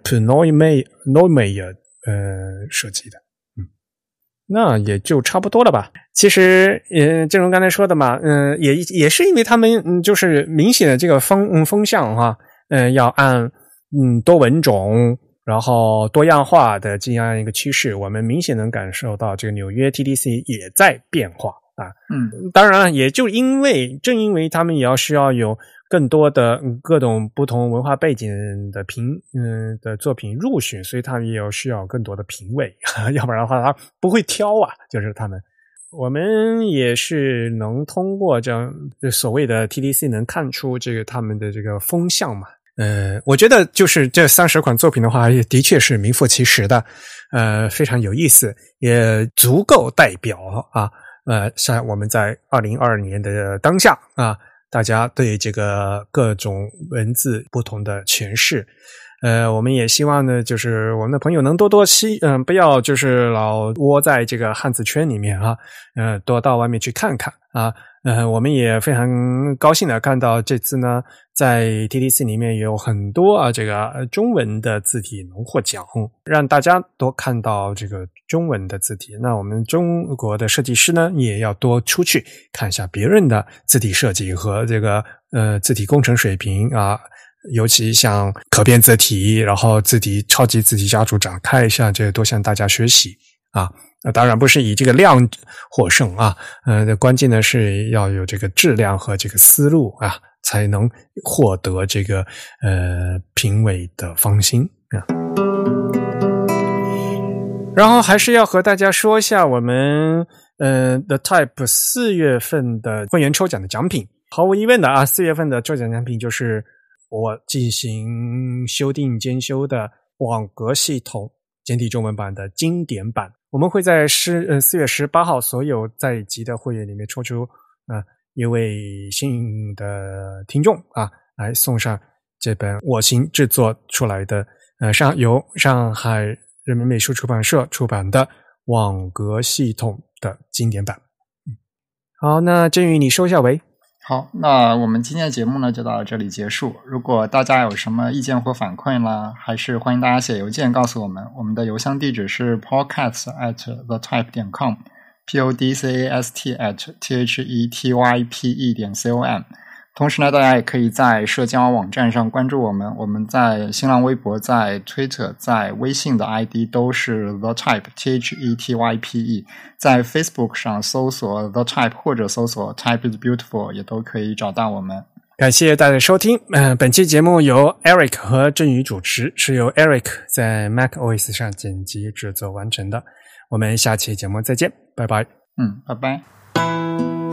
Neumeyer 设计的。那也就差不多了吧。其实正如刚才说的嘛，也是因为他们就是明显的这个风向哈，要按多文种然后多样化的这样一个趋势，我们明显能感受到这个纽约 TDC 也在变化啊。当然了，正因为他们也需要有更多的各种不同文化背景的的作品入选，所以他们也有需要更多的评委，要不然的话他不会挑啊，就是他们。我们也是能通过这样所谓的 TDC 能看出这个他们的这个风向嘛。我觉得就是这30款作品的话，也的确是名副其实的，非常有意思，也足够代表啊，像我们在2022年的当下啊，大家对这个各种文字不同的诠释。我们也希望呢，就是我们的朋友能多多不要就是老窝在这个汉字圈里面啊，多到外面去看看啊。我们也非常高兴的看到这次呢，在 TDC 里面有很多这个中文的字体能获奖，让大家多看到这个中文的字体。那我们中国的设计师呢，也要多出去看一下别人的字体设计和这个字体工程水平啊。尤其像可变字体，然后超级字体家族展开一下，这多向大家学习啊。当然不是以这个量获胜啊，关键的是要有这个质量和这个思路啊，才能获得这个评委的芳心啊。然后还是要和大家说一下我们The Type 4月份的会员抽奖的奖品。毫无疑问的啊，4月份的抽奖奖品就是我进行修订兼修的网格系统简体中文版的经典版。我们会在4月18号所有在籍的会员里面抽出一位幸运的听众啊，来送上这本我行制作出来的由上海人民美术出版社出版的网格系统的经典版。好，那振宇你收一下尾。 好，那我们今天的节目呢就到这里结束。如果大家有什么意见或反馈啦，还是欢迎大家写邮件告诉我们。我们的邮箱地址是 podcast@thetype.com podcast@thetype.com。同时呢，大家也可以在社交网站上关注我们。我们在新浪微博、在 Twitter、在微信的 ID 都是 The Type THETYPE。在 Facebook 上搜索 The Type 或者搜索 Type is Beautiful 也都可以找到我们。 感谢大家的收听。本期节目由 Eric 和振宇主持，是由 Eric 在 macOS 上剪辑制作完成的。我们下期节目再见，拜拜。 拜拜。